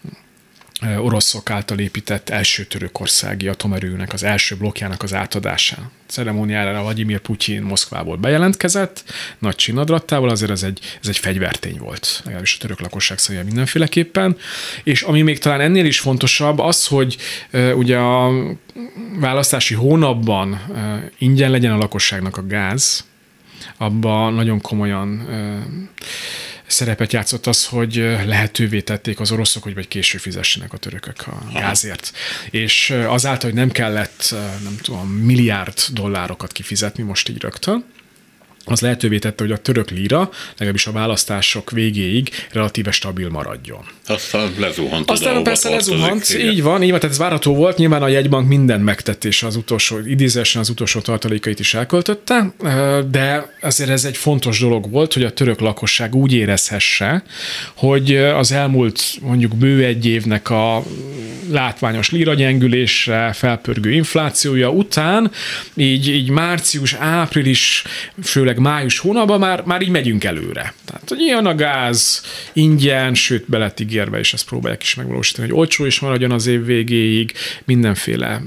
oroszok által épített első törökországi atomerőnek az első blokkjának az átadásán ceremóniára Vladimir Putyin Moszkvából bejelentkezett, nagy csinadrattával, azért ez egy, ez egy fegyvertény volt, legalábbis a török lakosság szerint mindenféleképpen. És ami még talán ennél is fontosabb, az, hogy uh, ugye a választási hónapban uh, ingyen legyen a lakosságnak a gáz, abban nagyon komolyan uh, szerepet játszott az, hogy lehetővé tették az oroszok, hogy vagy később fizessenek a törökök a gázért. És azáltal, hogy nem kellett, nem tudom, milliárd dollárokat kifizetni most így rögtön, az lehetővé tette, hogy a török líra, legalábbis a választások végéig relatíve stabil maradjon. Aztán lezuhant. Aztán persze lezuhant, így van, így van, tehát ez várható volt, nyilván a jegybank minden megtettése az utolsó, idézésen az utolsó tartalékait is elköltötte, de azért ez egy fontos dolog volt, hogy a török lakosság úgy érezhesse, hogy az elmúlt mondjuk bő egy évnek a látványos líragyengülésre, felpörgő inflációja után, így, így március, április, főleg május hónapban már, már így megyünk előre. Tehát, hogy ilyen a gáz, ingyen, sőt, be lett ígérve, és ezt próbálják is megvalósítani, hogy olcsó is maradjon az év végéig, mindenféle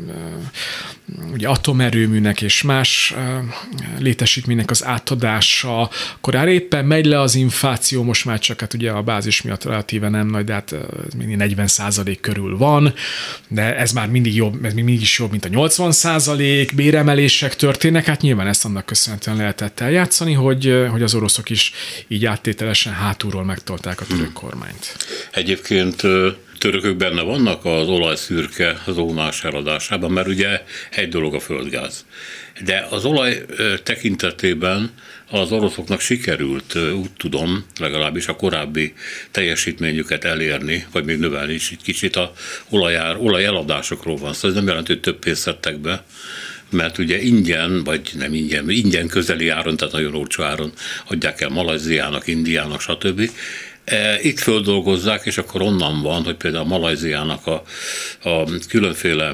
ugye atomerőműnek és más létesítménynek az átadása, akkor már éppen megy le az infláció, most már csak hát ugye a bázis miatt relatíve nem nagy, de hát mindig negyven százalék körül van, de ez már mindig jobb, ez még mindig is jobb, mint a nyolcvan százalék, béremelések történnek, hát nyilván ezt annak köszönhetően lehetett eljátszani, hogy, hogy az oroszok is így áttételesen hátulról megtolták a török kormányt. Egyébként törökök benne vannak az olajszürke zónás eladásában, mert ugye egy dolog a földgáz. De az olaj tekintetében az oroszoknak sikerült, úgy tudom, legalábbis a korábbi teljesítményüket elérni, vagy még növelni is egy kicsit a olajár, olajeladásokról van. Szóval ez nem jelenti, hogy több pénzt szedtek be, mert ugye ingyen, vagy nem ingyen, ingyen közeli áron, tehát nagyon olcsó áron adják el Malajziának, Indiának, stb. Itt földolgozzák, és akkor onnan van, hogy például Malajziának a, a különféle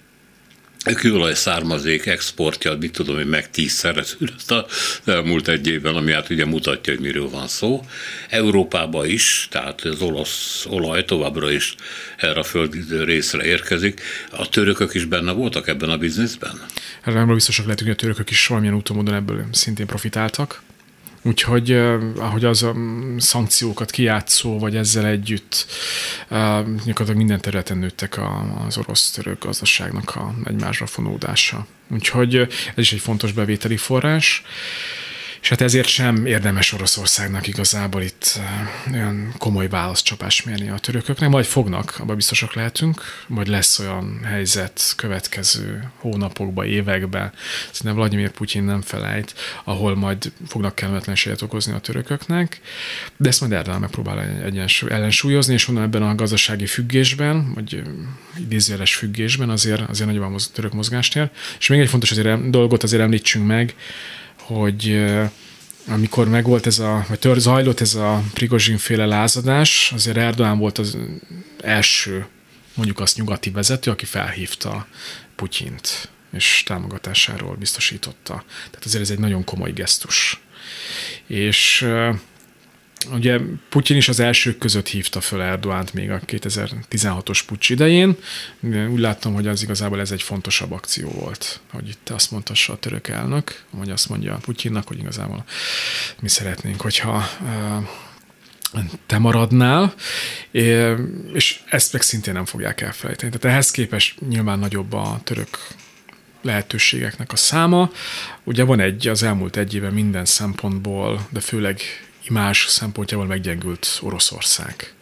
kőolaj származék exportja, mit tudom én, meg tízszereződött az elmúlt egy évben, ami hát ugye mutatja, hogy miről van szó. Európába is, tehát az olasz olaj továbbra is erre a föld részre érkezik. A törökök is benne voltak ebben a bizniszben? Hát nem biztosak lehetünk, hogy a törökök is valamilyen úton módon ebből szintén profitáltak. Úgyhogy ahogy az a szankciókat kijátszó, vagy ezzel együtt gyakorlatilag minden területen nőttek az orosz-török gazdaságnak a egymásra fonódása. Úgyhogy ez is egy fontos bevételi forrás. És hát ezért sem érdemes Oroszországnak igazából itt olyan komoly válaszcsapást mérni a törököknek, majd fognak, abban biztosak lehetünk, majd lesz olyan helyzet következő hónapokban, években, szerintem Vladimir Putyin nem felejt, ahol majd fognak kellemetlenséget okozni a törököknek, de ezt majd Erdoğan megpróbál egyensúly, ellensúlyozni, és onnan ebben a gazdasági függésben, vagy idézőjeles függésben azért, azért nagyobb a török mozgástér. És még egy fontos azért dolgot azért említsünk meg, hogy amikor megvolt ez a, vagy tör, zajlott ez a Prigozsin-féle lázadás, azért Erdoğan volt az első, mondjuk azt nyugati vezető, aki felhívta Putyint és támogatásáról biztosította. Tehát azért ez egy nagyon komoly gesztus. És ugye Putyin is az elsők között hívta föl Erdoğant még a kétezer-tizenhatos puccs idején. Úgy láttam, hogy az igazából ez egy fontosabb akció volt, hogy itt azt mondtassa a török elnök, vagy azt mondja Putyinnak, hogy igazából mi szeretnénk, hogyha te maradnál, és ezt meg szintén nem fogják elfelejteni. Tehát ehhez képest nyilván nagyobb a török lehetőségeknek a száma. Ugye van egy, az elmúlt egy éve minden szempontból, de főleg imázs szempontjából meggyengült Oroszország.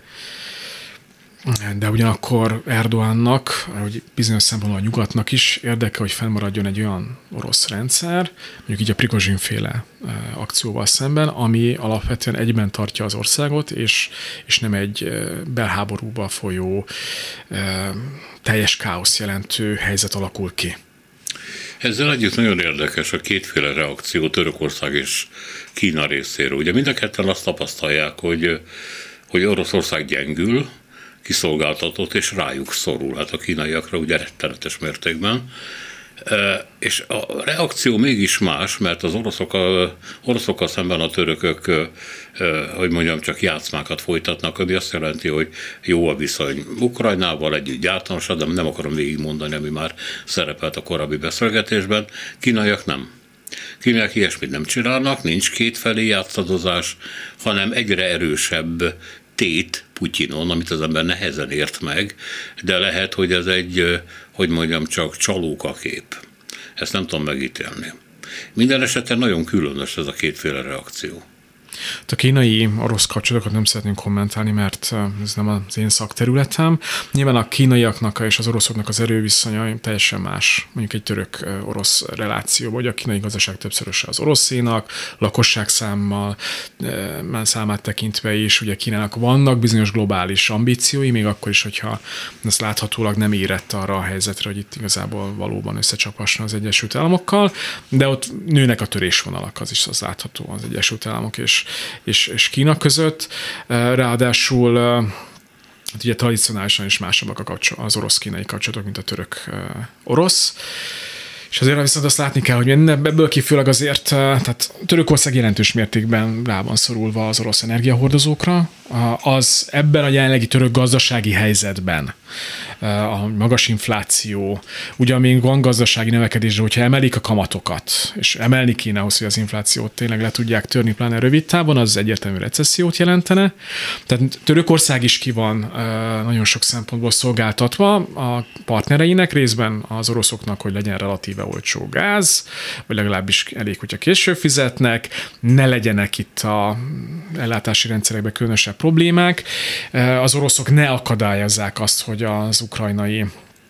De ugyanakkor Erdoğannak, hogy bizonyos szempontból a nyugatnak is érdeke, hogy fennmaradjon egy olyan orosz rendszer, mondjuk így a Prigozsin-féle akcióval szemben, ami alapvetően egyben tartja az országot, és, és nem egy belháborúba folyó, teljes káosz jelentő helyzet alakul ki. Ezzel együtt nagyon érdekes a kétféle reakció Törökország és Kína részéről. Ugye mind a ketten azt tapasztalják, hogy, hogy Oroszország gyengül, kiszolgáltatott, és rájuk szorul. Hát a kínaiakra ugye rettenetes mértékben. És a reakció mégis más, mert az oroszokkal, oroszokkal szemben a törökök, hogy mondjam, csak játszmákat folytatnak, ami azt jelenti, hogy jó a viszony Ukrajnával együtt gyártanosan, de nem akarom végigmondani, ami már szerepelt a korábbi beszélgetésben. Kínaiak nem. Kínaiak ilyesmit nem csinálnak, nincs kétfelé játszadozás, hanem egyre erősebb tét Putyinon, amit az ember nehezen ért meg, de lehet, hogy ez egy, hogy mondjam, csak csalókakép. Ezt nem tudom megítélni. Minden esetben nagyon különös ez a kétféle reakció. A kínai-orosz kapcsolatokat nem szeretném kommentálni, mert ez nem az én szakterületem. Nyilván a kínaiaknak és az oroszoknak az erőviszonya teljesen más. Mondjuk egy török-orosz reláció, vagy a kínai gazdaság többszöröse az oroszénak, lakosság számmal, számát tekintve is. Ugye Kínának vannak bizonyos globális ambíciói, még akkor is, hogyha ez láthatólag nem érett arra a helyzetre, hogy itt igazából valóban összecsapasson az Egyesült Államokkal, de ott nőnek a törésvonalak, az is az látható az Egyesült Államok és És, és Kína között. Ráadásul hát ugye tradicionálisan is másabbak a kapcsol- az orosz-kínai kapcsolatok, mint a török-orosz. És azért viszont azt látni kell, hogy ebből kifőleg azért, tehát Törökország jelentős mértékben rá van szorulva az orosz energiahordozókra. Az ebben a jelenlegi török gazdasági helyzetben a magas infláció, ugyan még van gazdasági növekedésre, hogyha emelik a kamatokat, és emelni kéne ahhoz, hogy az inflációt tényleg le tudják törni, pláne rövid távon, az egyértelmű recessziót jelentene. Tehát Törökország is ki van nagyon sok szempontból szolgáltatva a partnereinek, részben az oroszoknak, hogy legyen relatíve olcsó gáz, vagy legalábbis elég, hogyha később fizetnek, ne legyenek itt a ellátási rendszerekben különösebb problémák. Az oroszok ne akadályozzák azt, hogy az ukrajnai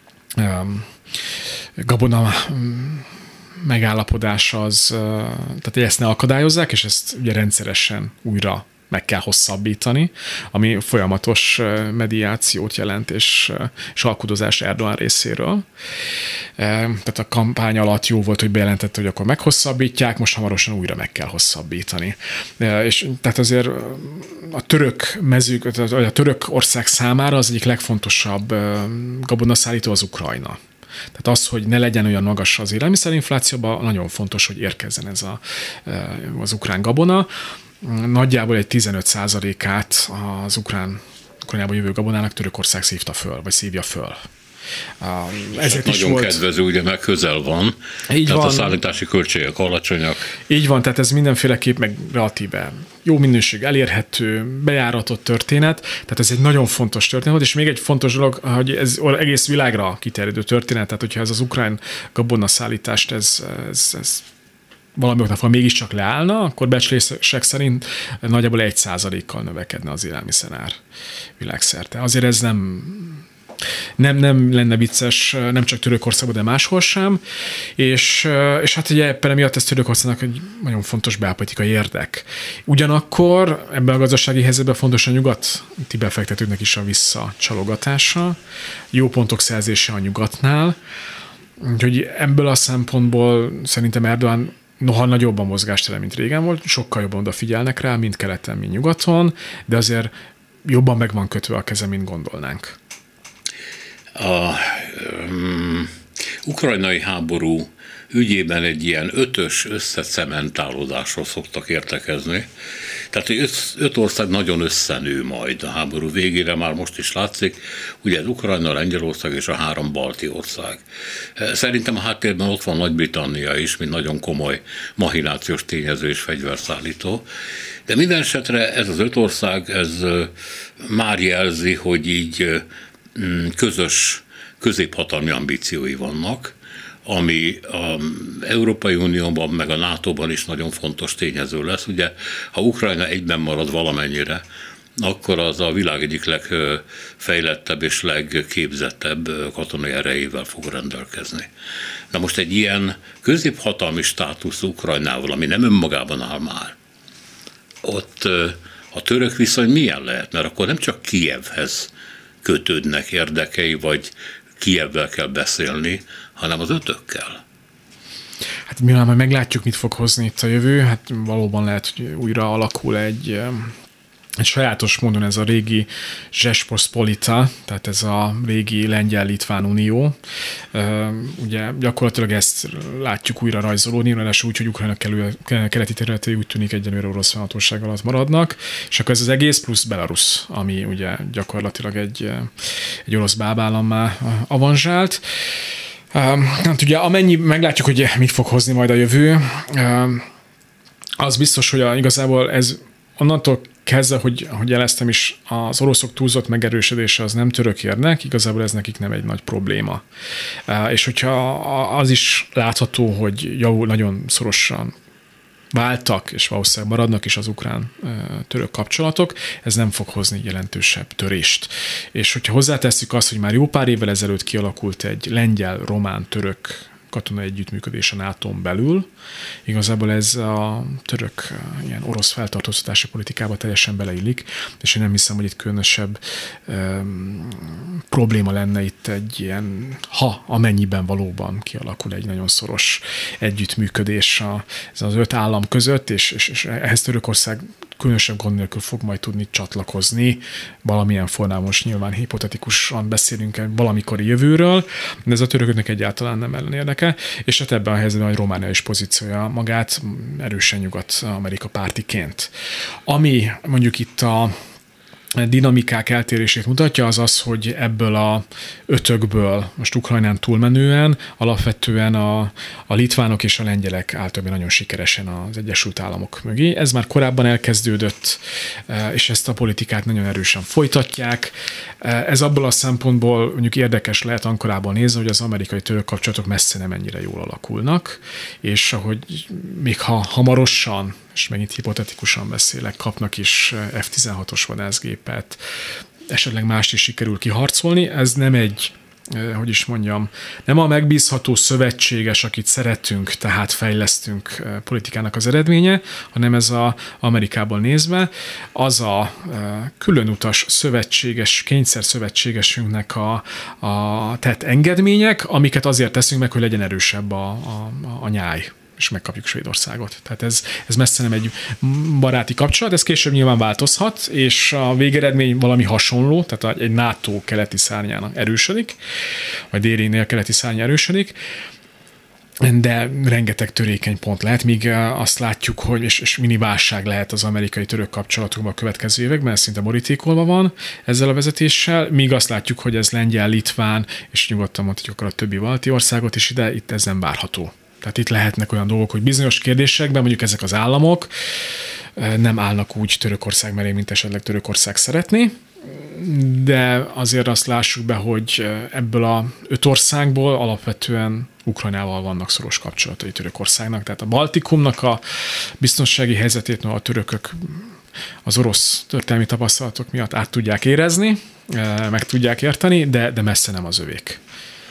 gabona megállapodás az, tehát ezt ne akadályozzák, és ezt ugye rendszeresen újra meg kell hosszabbítani, ami folyamatos mediációt jelent, és, és alkudozás Erdoğan részéről. Tehát a kampány alatt jó volt, hogy bejelentette, hogy akkor meghosszabbítják, most hamarosan újra meg kell hosszabbítani. És tehát azért a török mezők, a török ország számára az egyik legfontosabb gabonaszállító az Ukrajna. Tehát az, hogy ne legyen olyan magas az élelmiszerinflációban, nagyon fontos, hogy érkezzen ez a, az ukrán gabona. Nagyjából egy tizenöt százalékát az ukrán, Ukrajnából jövő gabonának Törökország szívta föl, vagy szívja föl. Ezért is nagyon volt... kedvező, ugye, meg közel van, így tehát van. A szállítási költségek alacsonyak. Így van, tehát ez mindenféleképp meg relatíve jó minőség, elérhető, bejáratott történet, tehát ez egy nagyon fontos történet volt, és még egy fontos dolog, hogy ez egész világra kiterjedő történet, tehát hogyha ez az ukrán gabona szállítást, ez, ez, ez valami oknál mégiscsak leállna, akkor becslések szerint nagyjából egy százalékkal növekedne az élelmiszerár világszerte. Azért ez nem, nem, nem lenne vicces, nem csak Törökországban, de máshol sem, és, és hát ugye ebben miatt ez Törökországnak egy nagyon fontos belpolitikai érdek. Ugyanakkor ebben a gazdasági helyzetben fontos a nyugati befektetőknek is a visszacsalogatása, jó pontok szerzése a nyugatnál, úgyhogy ebből a szempontból szerintem Erdoğan noha nagyobb a mozgástere, mint régen volt, sokkal jobban odafigyelnek rá, mind keleten, mind nyugaton, de azért jobban meg van kötve a keze, mint gondolnánk. A, um, ukrajnai háború ügyében egy ilyen ötös összecementálódásról szoktak értekezni. Tehát, hogy öt, öt ország nagyon összenő majd a háború végére, már most is látszik, ugye az Ukrajna, Lengyelország és a három balti ország. Szerintem a háttérben ott van Nagy-Britannia is, mint nagyon komoly machinációs tényező és fegyverszállító. De minden esetre ez az öt ország, ez már jelzi, hogy így közös középhatalmi ambíciói vannak, ami az Európai Unióban, meg a nátóban is nagyon fontos tényező lesz. Ugye, ha Ukrajna egyben marad valamennyire, akkor az a világ egyik legfejlettebb és legképzettebb katonai erejével fog rendelkezni. Na most egy ilyen középhatalmi státusz Ukrajnával, ami nem önmagában áll már, ott a török viszony milyen lehet? Mert akkor nem csak Kijevhez kötődnek érdekei, vagy Kijevvel kell beszélni, hanem az ötökkel. Hát mi majd meglátjuk, mit fog hozni itt a jövő. Hát valóban lehet, hogy újra alakul egy, egy sajátos módon ez a régi Žečpospolita, tehát ez a régi Lengyel-Litván Unió. Ugye gyakorlatilag ezt látjuk újra rajzolódni, ráadásul úgy, hogy Ukrajna keleti területei úgy tűnik egyenlőre orosz fennhatóság alatt maradnak, és akkor ez az egész plusz Belarus, ami ugye gyakorlatilag egy, egy orosz bábállammá avanzsált. Hát ugye amennyi, meglátjuk, hogy mit fog hozni majd a jövő, az biztos, hogy a, igazából ez onnantól kezdve, hogy, hogy jeleztem is, az oroszok túlzott megerősödése az nem török érnek, igazából ez nekik nem egy nagy probléma. És hogyha az is látható, hogy javul, nagyon szorosan váltak, és valószínűleg maradnak is az ukrán-török kapcsolatok, ez nem fog hozni jelentősebb törést. És hogyha hozzátesszük azt, hogy már jó pár évvel ezelőtt kialakult egy lengyel-román-török katonai együttműködés a nátón belül, igazából ez a török ilyen orosz feltartóztatási politikába teljesen beleillik, és én nem hiszem, hogy itt különösebb um, probléma lenne itt egy ilyen, ha amennyiben valóban kialakul egy nagyon szoros együttműködés a, ez az öt állam között, és, és, és ehhez Törökország különösebb gond nélkül fog majd tudni csatlakozni valamilyen formában, most nyilván hipotetikusan beszélünk valamikori jövőről, de ez a törököknek egyáltalán nem ellen érdeke, és hát ebben a helyzetben, hogy Románia is pozíciója magát erősen Nyugat-Amerika pártiként. Ami mondjuk itt a dinamikák eltérését mutatja, az az, hogy ebből a ötökből, most Ukrajnán túlmenően, alapvetően a, a litvánok és a lengyelek általában nagyon sikeresen az Egyesült Államok mögé. Ez már korábban elkezdődött, és ezt a politikát nagyon erősen folytatják. Ez abból a szempontból mondjuk érdekes lehet Ankarából nézni, hogy az amerikai-török kapcsolatok messze nem ennyire jól alakulnak, és ahogy még ha hamarosan, és megint hipotetikusan beszélek, kapnak is ef tizenhatos vadászgépet, esetleg mást is sikerül kiharcolni. Ez nem egy, hogy is mondjam, nem a megbízható szövetséges, akit szeretünk, tehát fejlesztünk politikának az eredménye, hanem ez az Amerikából nézve az a különutas szövetséges, kényszer szövetségesünknek a, a tett engedmények, amiket azért teszünk meg, hogy legyen erősebb a, a, a nyáj, és megkapjuk Svédországot. Tehát ez, ez messze nem egy baráti kapcsolat, ez később nyilván változhat, és a végeredmény valami hasonló, tehát egy NATO keleti szárnyának erősödik, vagy délénél keleti szárnya erősödik, de rengeteg törékeny pont lehet, míg azt látjuk, hogy és, és mini válság lehet az amerikai-török kapcsolatokban a következő években, ez szinte borítékolva van ezzel a vezetéssel, míg azt látjuk, hogy ez Lengyel, Litván, és nyugodtan mondhatjuk akkor a többi balti országot is ide, itt ez nem várható. Tehát itt lehetnek olyan dolgok, hogy bizonyos kérdésekben mondjuk ezek az államok nem állnak úgy Törökország mellé, mint esetleg Törökország szeretné, de azért azt lássuk be, hogy ebből a öt országból alapvetően Ukrajnával vannak szoros kapcsolatai Törökországnak. Tehát a Baltikumnak a biztonsági helyzetét no, a törökök az orosz történelmi tapasztalatok miatt át tudják érezni, meg tudják érteni, de, de messze nem az övék.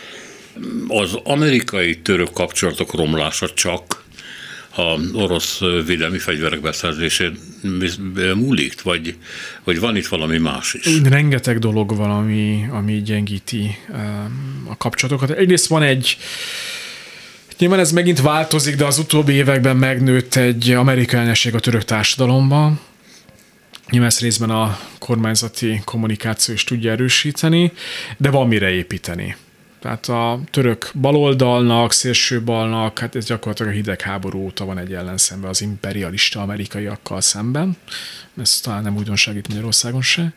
Az amerikai-török kapcsolatok romlása csak az orosz védelmi fegyverek beszerzésén múlik, vagy, vagy van itt valami más is? Rengeteg dolog van, ami, ami gyengíti a kapcsolatokat. Egyrészt van egy, nyilván ez megint változik, de az utóbbi években megnőtt egy amerikai ellenesség a török társadalomban. Nyilván ezt részben a kormányzati kommunikáció is tudja erősíteni, de van mire építeni. Tehát a török baloldalnak, szélsőbalnak, hát ez gyakorlatilag a hidegháború óta van egy ellenszembe az imperialista amerikaiakkal szemben. Ez talán nem újdonság itt Magyarországon se.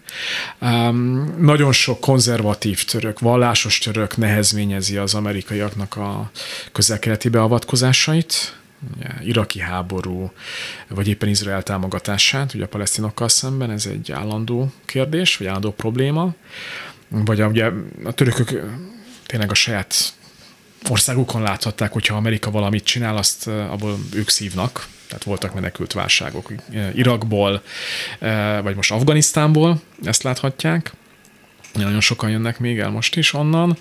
Um, nagyon sok konzervatív török, vallásos török nehezményezi az amerikaiaknak a közel-keleti beavatkozásait, ugye, iraki háború, vagy éppen Izrael támogatását, ugye a palesztinokkal szemben, ez egy állandó kérdés, vagy állandó probléma. Vagy a, ugye a törökök tényleg a saját országukon láthatták, hogyha Amerika valamit csinál, azt abból ők szívnak. Tehát voltak menekült válságok Irakból, vagy most Afganisztánból, ezt láthatják. Nagyon sokan jönnek még el most is onnan.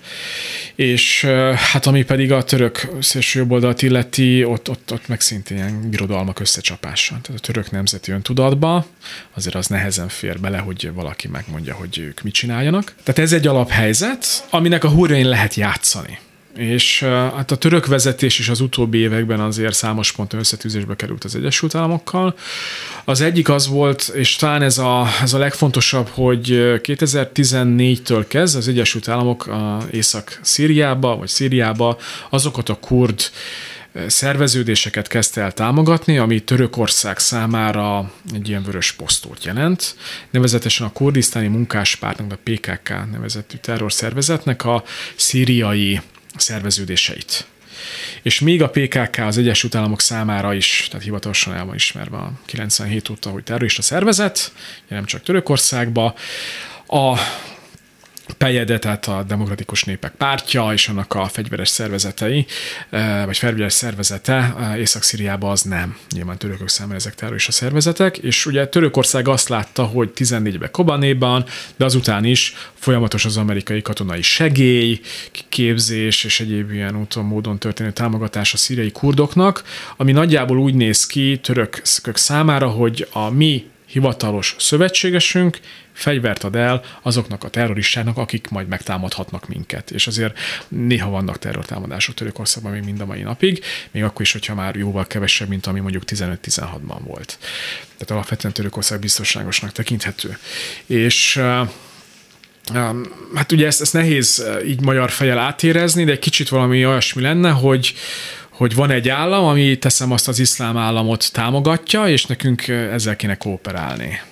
És hát ami pedig a török szélsőjobboldalt illeti, ott, ott, ott meg szintén ilyen birodalmak összecsapása. Tehát a török nemzeti öntudatba azért az nehezen fér bele, hogy valaki megmondja, hogy ők mit csináljanak. Tehát ez egy alaphelyzet, aminek a hurrain lehet játszani. És hát a török vezetés is az utóbbi években azért számos ponton összetűzésbe került az Egyesült Államokkal. Az egyik az volt, és talán ez a, ez a legfontosabb, hogy kétezer-tizennégytől kezd az Egyesült Államok Észak-Szíriába, vagy Szíriába azokat a kurd szerveződéseket kezdte el támogatni, ami Törökország számára egy ilyen vörös posztót jelent. Nevezetesen a kurdisztáni munkáspártnak, a pé ká ká nevezetű terrorszervezetnek a szíriai szerveződéseit. És még a pé ká ká az Egyesült Államok számára is, tehát hivatalosan el van ismerve a kilencvenhét óta, hogy terrorista szervezet, nem csak Törökországba. A pé e dé, tehát a Demokratikus Népek Pártja és annak a fegyveres szervezetei, vagy fegyveres szervezete Észak-Szíriában az nem. Nyilván törökök számára ezek terrorista szervezetek, és ugye Törökország azt látta, hogy tizennégyben Kobanéban, de azután is folyamatos az amerikai katonai segély, képzés és egyéb ilyen úton, módon történő támogatás a szíriai kurdoknak, ami nagyjából úgy néz ki törökök számára, hogy a mi hivatalos szövetségesünk fegyvert ad el azoknak a terroristáknak, akik majd megtámadhatnak minket. És azért néha vannak terrortámadások Törökországban még mind a mai napig, még akkor is, hogyha már jóval kevesebb, mint ami mondjuk tizenöt-tizenhatban volt. Tehát alapvetően Törökország biztonságosnak tekinthető. És hát ugye ezt, ezt nehéz így magyar fejjel átérezni, de egy kicsit valami olyasmi lenne, hogy hogy van egy állam, ami teszem azt az iszlám államot támogatja, és nekünk ezzel kéne kooperálni.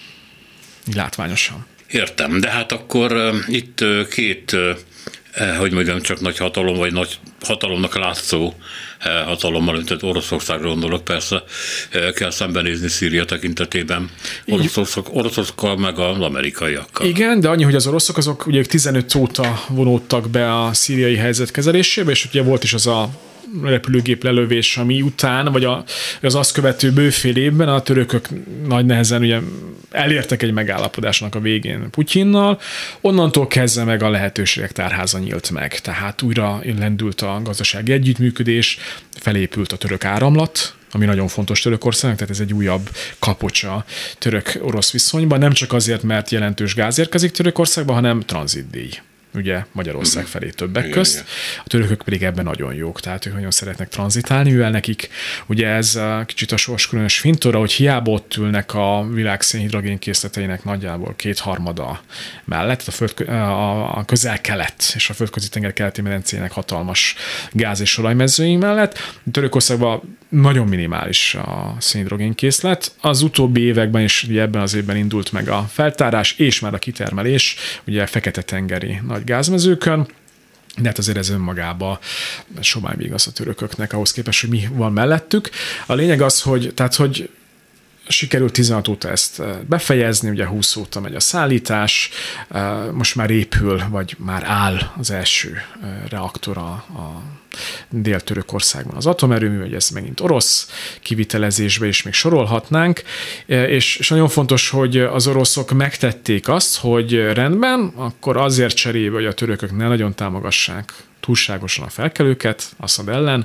Így látványosan. Értem, de hát akkor uh, itt uh, két, uh, hogy mondjam, csak nagy hatalom, vagy nagy hatalomnak látszó uh, hatalommal, tehát Oroszországra gondolok, persze uh, kell szembenézni Szíria tekintetében. Oroszország, oroszokkal meg az amerikaiakkal. Igen, de annyi, hogy az oroszok azok ugye tizenöt óta vonódtak be a szíriai helyzet kezelésébe, és ugye volt is az a repülőgép lelövés, ami után, vagy a, az azt követő bőfél évben a törökök nagy nehezen ugye elértek egy megállapodásnak a végén Putyinnal, onnantól kezdve meg a lehetőségek tárháza nyílt meg. Tehát újra lendült a gazdasági együttműködés, felépült a török áramlat, ami nagyon fontos Törökországnak, tehát ez egy újabb kapocsa török-orosz viszonyban, nem csak azért, mert jelentős gáz érkezik Törökországba, hanem tranzitdíj. Ugye Magyarország felé többek igen, közt. Igen. A törökök pedig ebben nagyon jók, tehát ők nagyon szeretnek tranzitálni, mivel nekik ugye ez a kicsit a sorskülönös fintora, hogy hiába ott ülnek a világ szénhidrogénkészleteinek nagyjából kétharmada mellett, a, föld, a közel-kelet és a földközi tenger keleti medencének hatalmas gáz- és olajmezőink mellett. Törökországban nagyon minimális a szénhidrogénkészlet. Az utóbbi években is ugye ebben az évben indult meg a feltárás és már a kitermelés, ugye Fekete-tengeri nagy gázmezőkön, de hát azért ez önmagában somány még az a törököknek ahhoz képest, hogy mi van mellettük. A lényeg az, hogy, tehát, hogy sikerült tizenhat óta ezt befejezni, ugye húsz óta megy a szállítás, most már épül, vagy már áll az első reaktor a, a Dél-Törökországban az atomerőmű, hogy ez megint orosz kivitelezésbe is még sorolhatnánk, és, és nagyon fontos, hogy az oroszok megtették azt, hogy rendben, akkor azért cserébe, hogy a törökök ne nagyon támogassák túlságosan a felkelőket, Aszad ellen,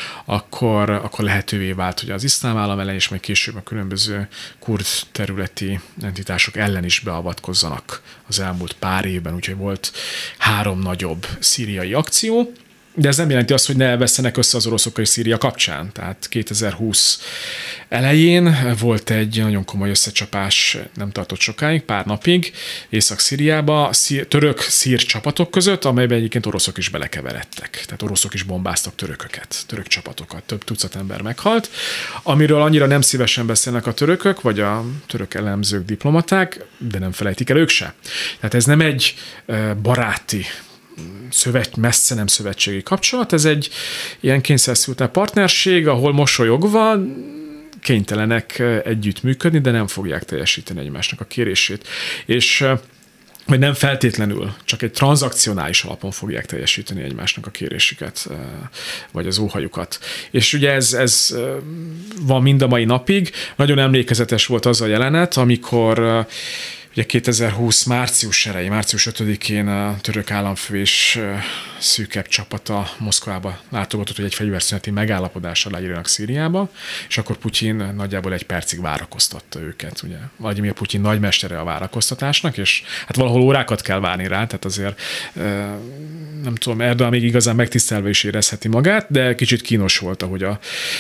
akkor, akkor lehetővé vált, hogy az iszlám állam ellen és majd később a különböző kurd területi entitások ellen is beavatkozzanak az elmúlt pár évben, úgyhogy volt három nagyobb szíriai akció, De ez nem jelenti azt, hogy ne vesszenek össze az oroszok és Szíria kapcsán. Tehát kétezer-húsz elején volt egy nagyon komoly összecsapás, nem tartott sokáig, pár napig, Észak-Szíriába, szír, török-szír csapatok között, amelyben egyébként oroszok is belekeveredtek. Tehát oroszok is bombáztak törököket, török csapatokat, több tucat ember meghalt, amiről annyira nem szívesen beszélnek a törökök, vagy a török elemzők, diplomaták, de nem felejtik el ők se. Tehát ez nem egy baráti, szövet, messze nem szövetségi kapcsolat, ez egy ilyen kényszerszültán partnerség, ahol mosolyogva kénytelenek együttműködni, de nem fogják teljesíteni egymásnak a kérését. És vagy nem feltétlenül, csak egy tranzakcionális alapon fogják teljesíteni egymásnak a kérésüket, vagy az óhajukat. És ugye ez, ez van mind a mai napig. Nagyon emlékezetes volt az a jelenet, amikor ugye kétezer-húsz március elején, március ötödikén a török államfő és szűkebb csapata Moszkvába látogatott, hogy egy fegyverszüneti megállapodással aláírjanak Szíriába, és akkor Putyin nagyjából egy percig várakoztatta őket. Ugye Vlagyimir Putyin nagymestere a várakoztatásnak, és hát valahol órákat kell várni rá, tehát azért nem tudom, Erdogan még igazán megtisztelve is érezheti magát, de kicsit kínos volt, ahogy a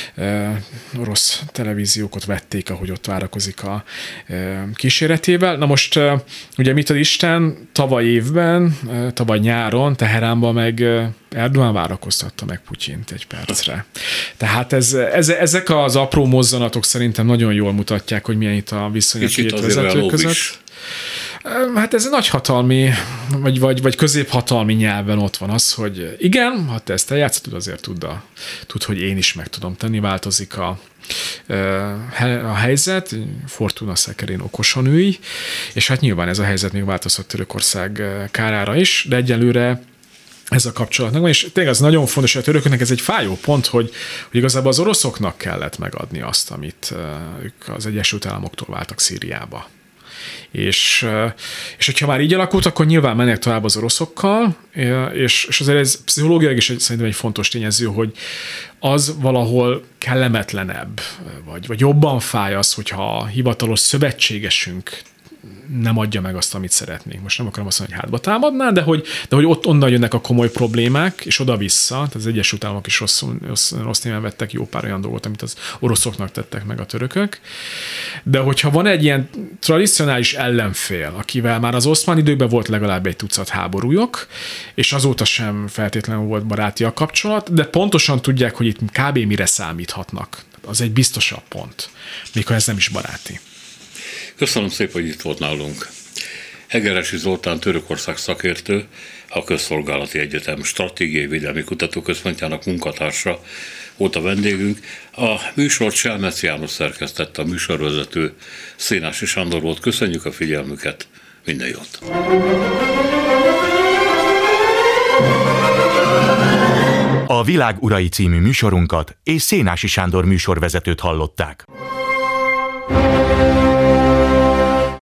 orosz televíziókat vették, ahogy ott várakozik a kíséretével. Na most Most ugye mit ad Isten, tavaly évben, tavaly nyáron, Teheránban meg Erdogan várakoztatta meg Putyint egy percre. Tehát ez, ez, ezek az apró mozzanatok szerintem nagyon jól mutatják, hogy milyen itt a viszony a két vezető között. Is. Hát ez egy nagyhatalmi, vagy, vagy, vagy középhatalmi nyelven ott van az, hogy igen, ha te ezt eljátszod, azért tud, a, tud, hogy én is meg tudom tenni, változik a, a helyzet, Fortuna szekerén okosan ülj, és hát nyilván ez a helyzet még változhat Törökország kárára is, de egyelőre ez a kapcsolatnak van, és tényleg az nagyon fontos, hogy a törököknek ez egy fájó pont, hogy, hogy igazából az oroszoknak kellett megadni azt, amit ők az Egyesült Államoktól váltak Szíriába. És, és hogyha már így alakult, akkor nyilván mennek tovább az oroszokkal, és, és azért ez pszichológiailag is egy, szerintem egy fontos tényező, hogy az valahol kellemetlenebb, vagy, vagy jobban fáj az, hogyha a hivatalos szövetségesünk nem adja meg azt, amit szeretnénk. Most nem akarom azt mondani, hogy hátba támadná, de hogy, de hogy ott onnan jönnek a komoly problémák, és oda-vissza, tehát az Egyesült Államok is rossz, rossz, rossz néven vettek jó pár olyan dolgot, amit az oroszoknak tettek meg a törökök. De hogyha van egy ilyen tradicionális ellenfél, akivel már az oszmán időkben volt legalább egy tucat háborújuk, és azóta sem feltétlenül volt baráti a kapcsolat, de pontosan tudják, hogy itt kb. Mire számíthatnak. Az egy biztosabb pont, még ha ez nem is baráti. Köszönöm szépen, hogy itt volt nálunk. Egeresi Zoltán Törökország szakértő, a Közszolgálati Egyetem Stratégiai Védelmi Kutatóközpontjának munkatársa volt a vendégünk. A műsort Selmec János szerkesztette, a műsorvezető Szénási Sándor volt. Köszönjük a figyelmüket, minden jót! A Világ urai című műsorunkat és Szénási Sándor műsorvezetőt hallották.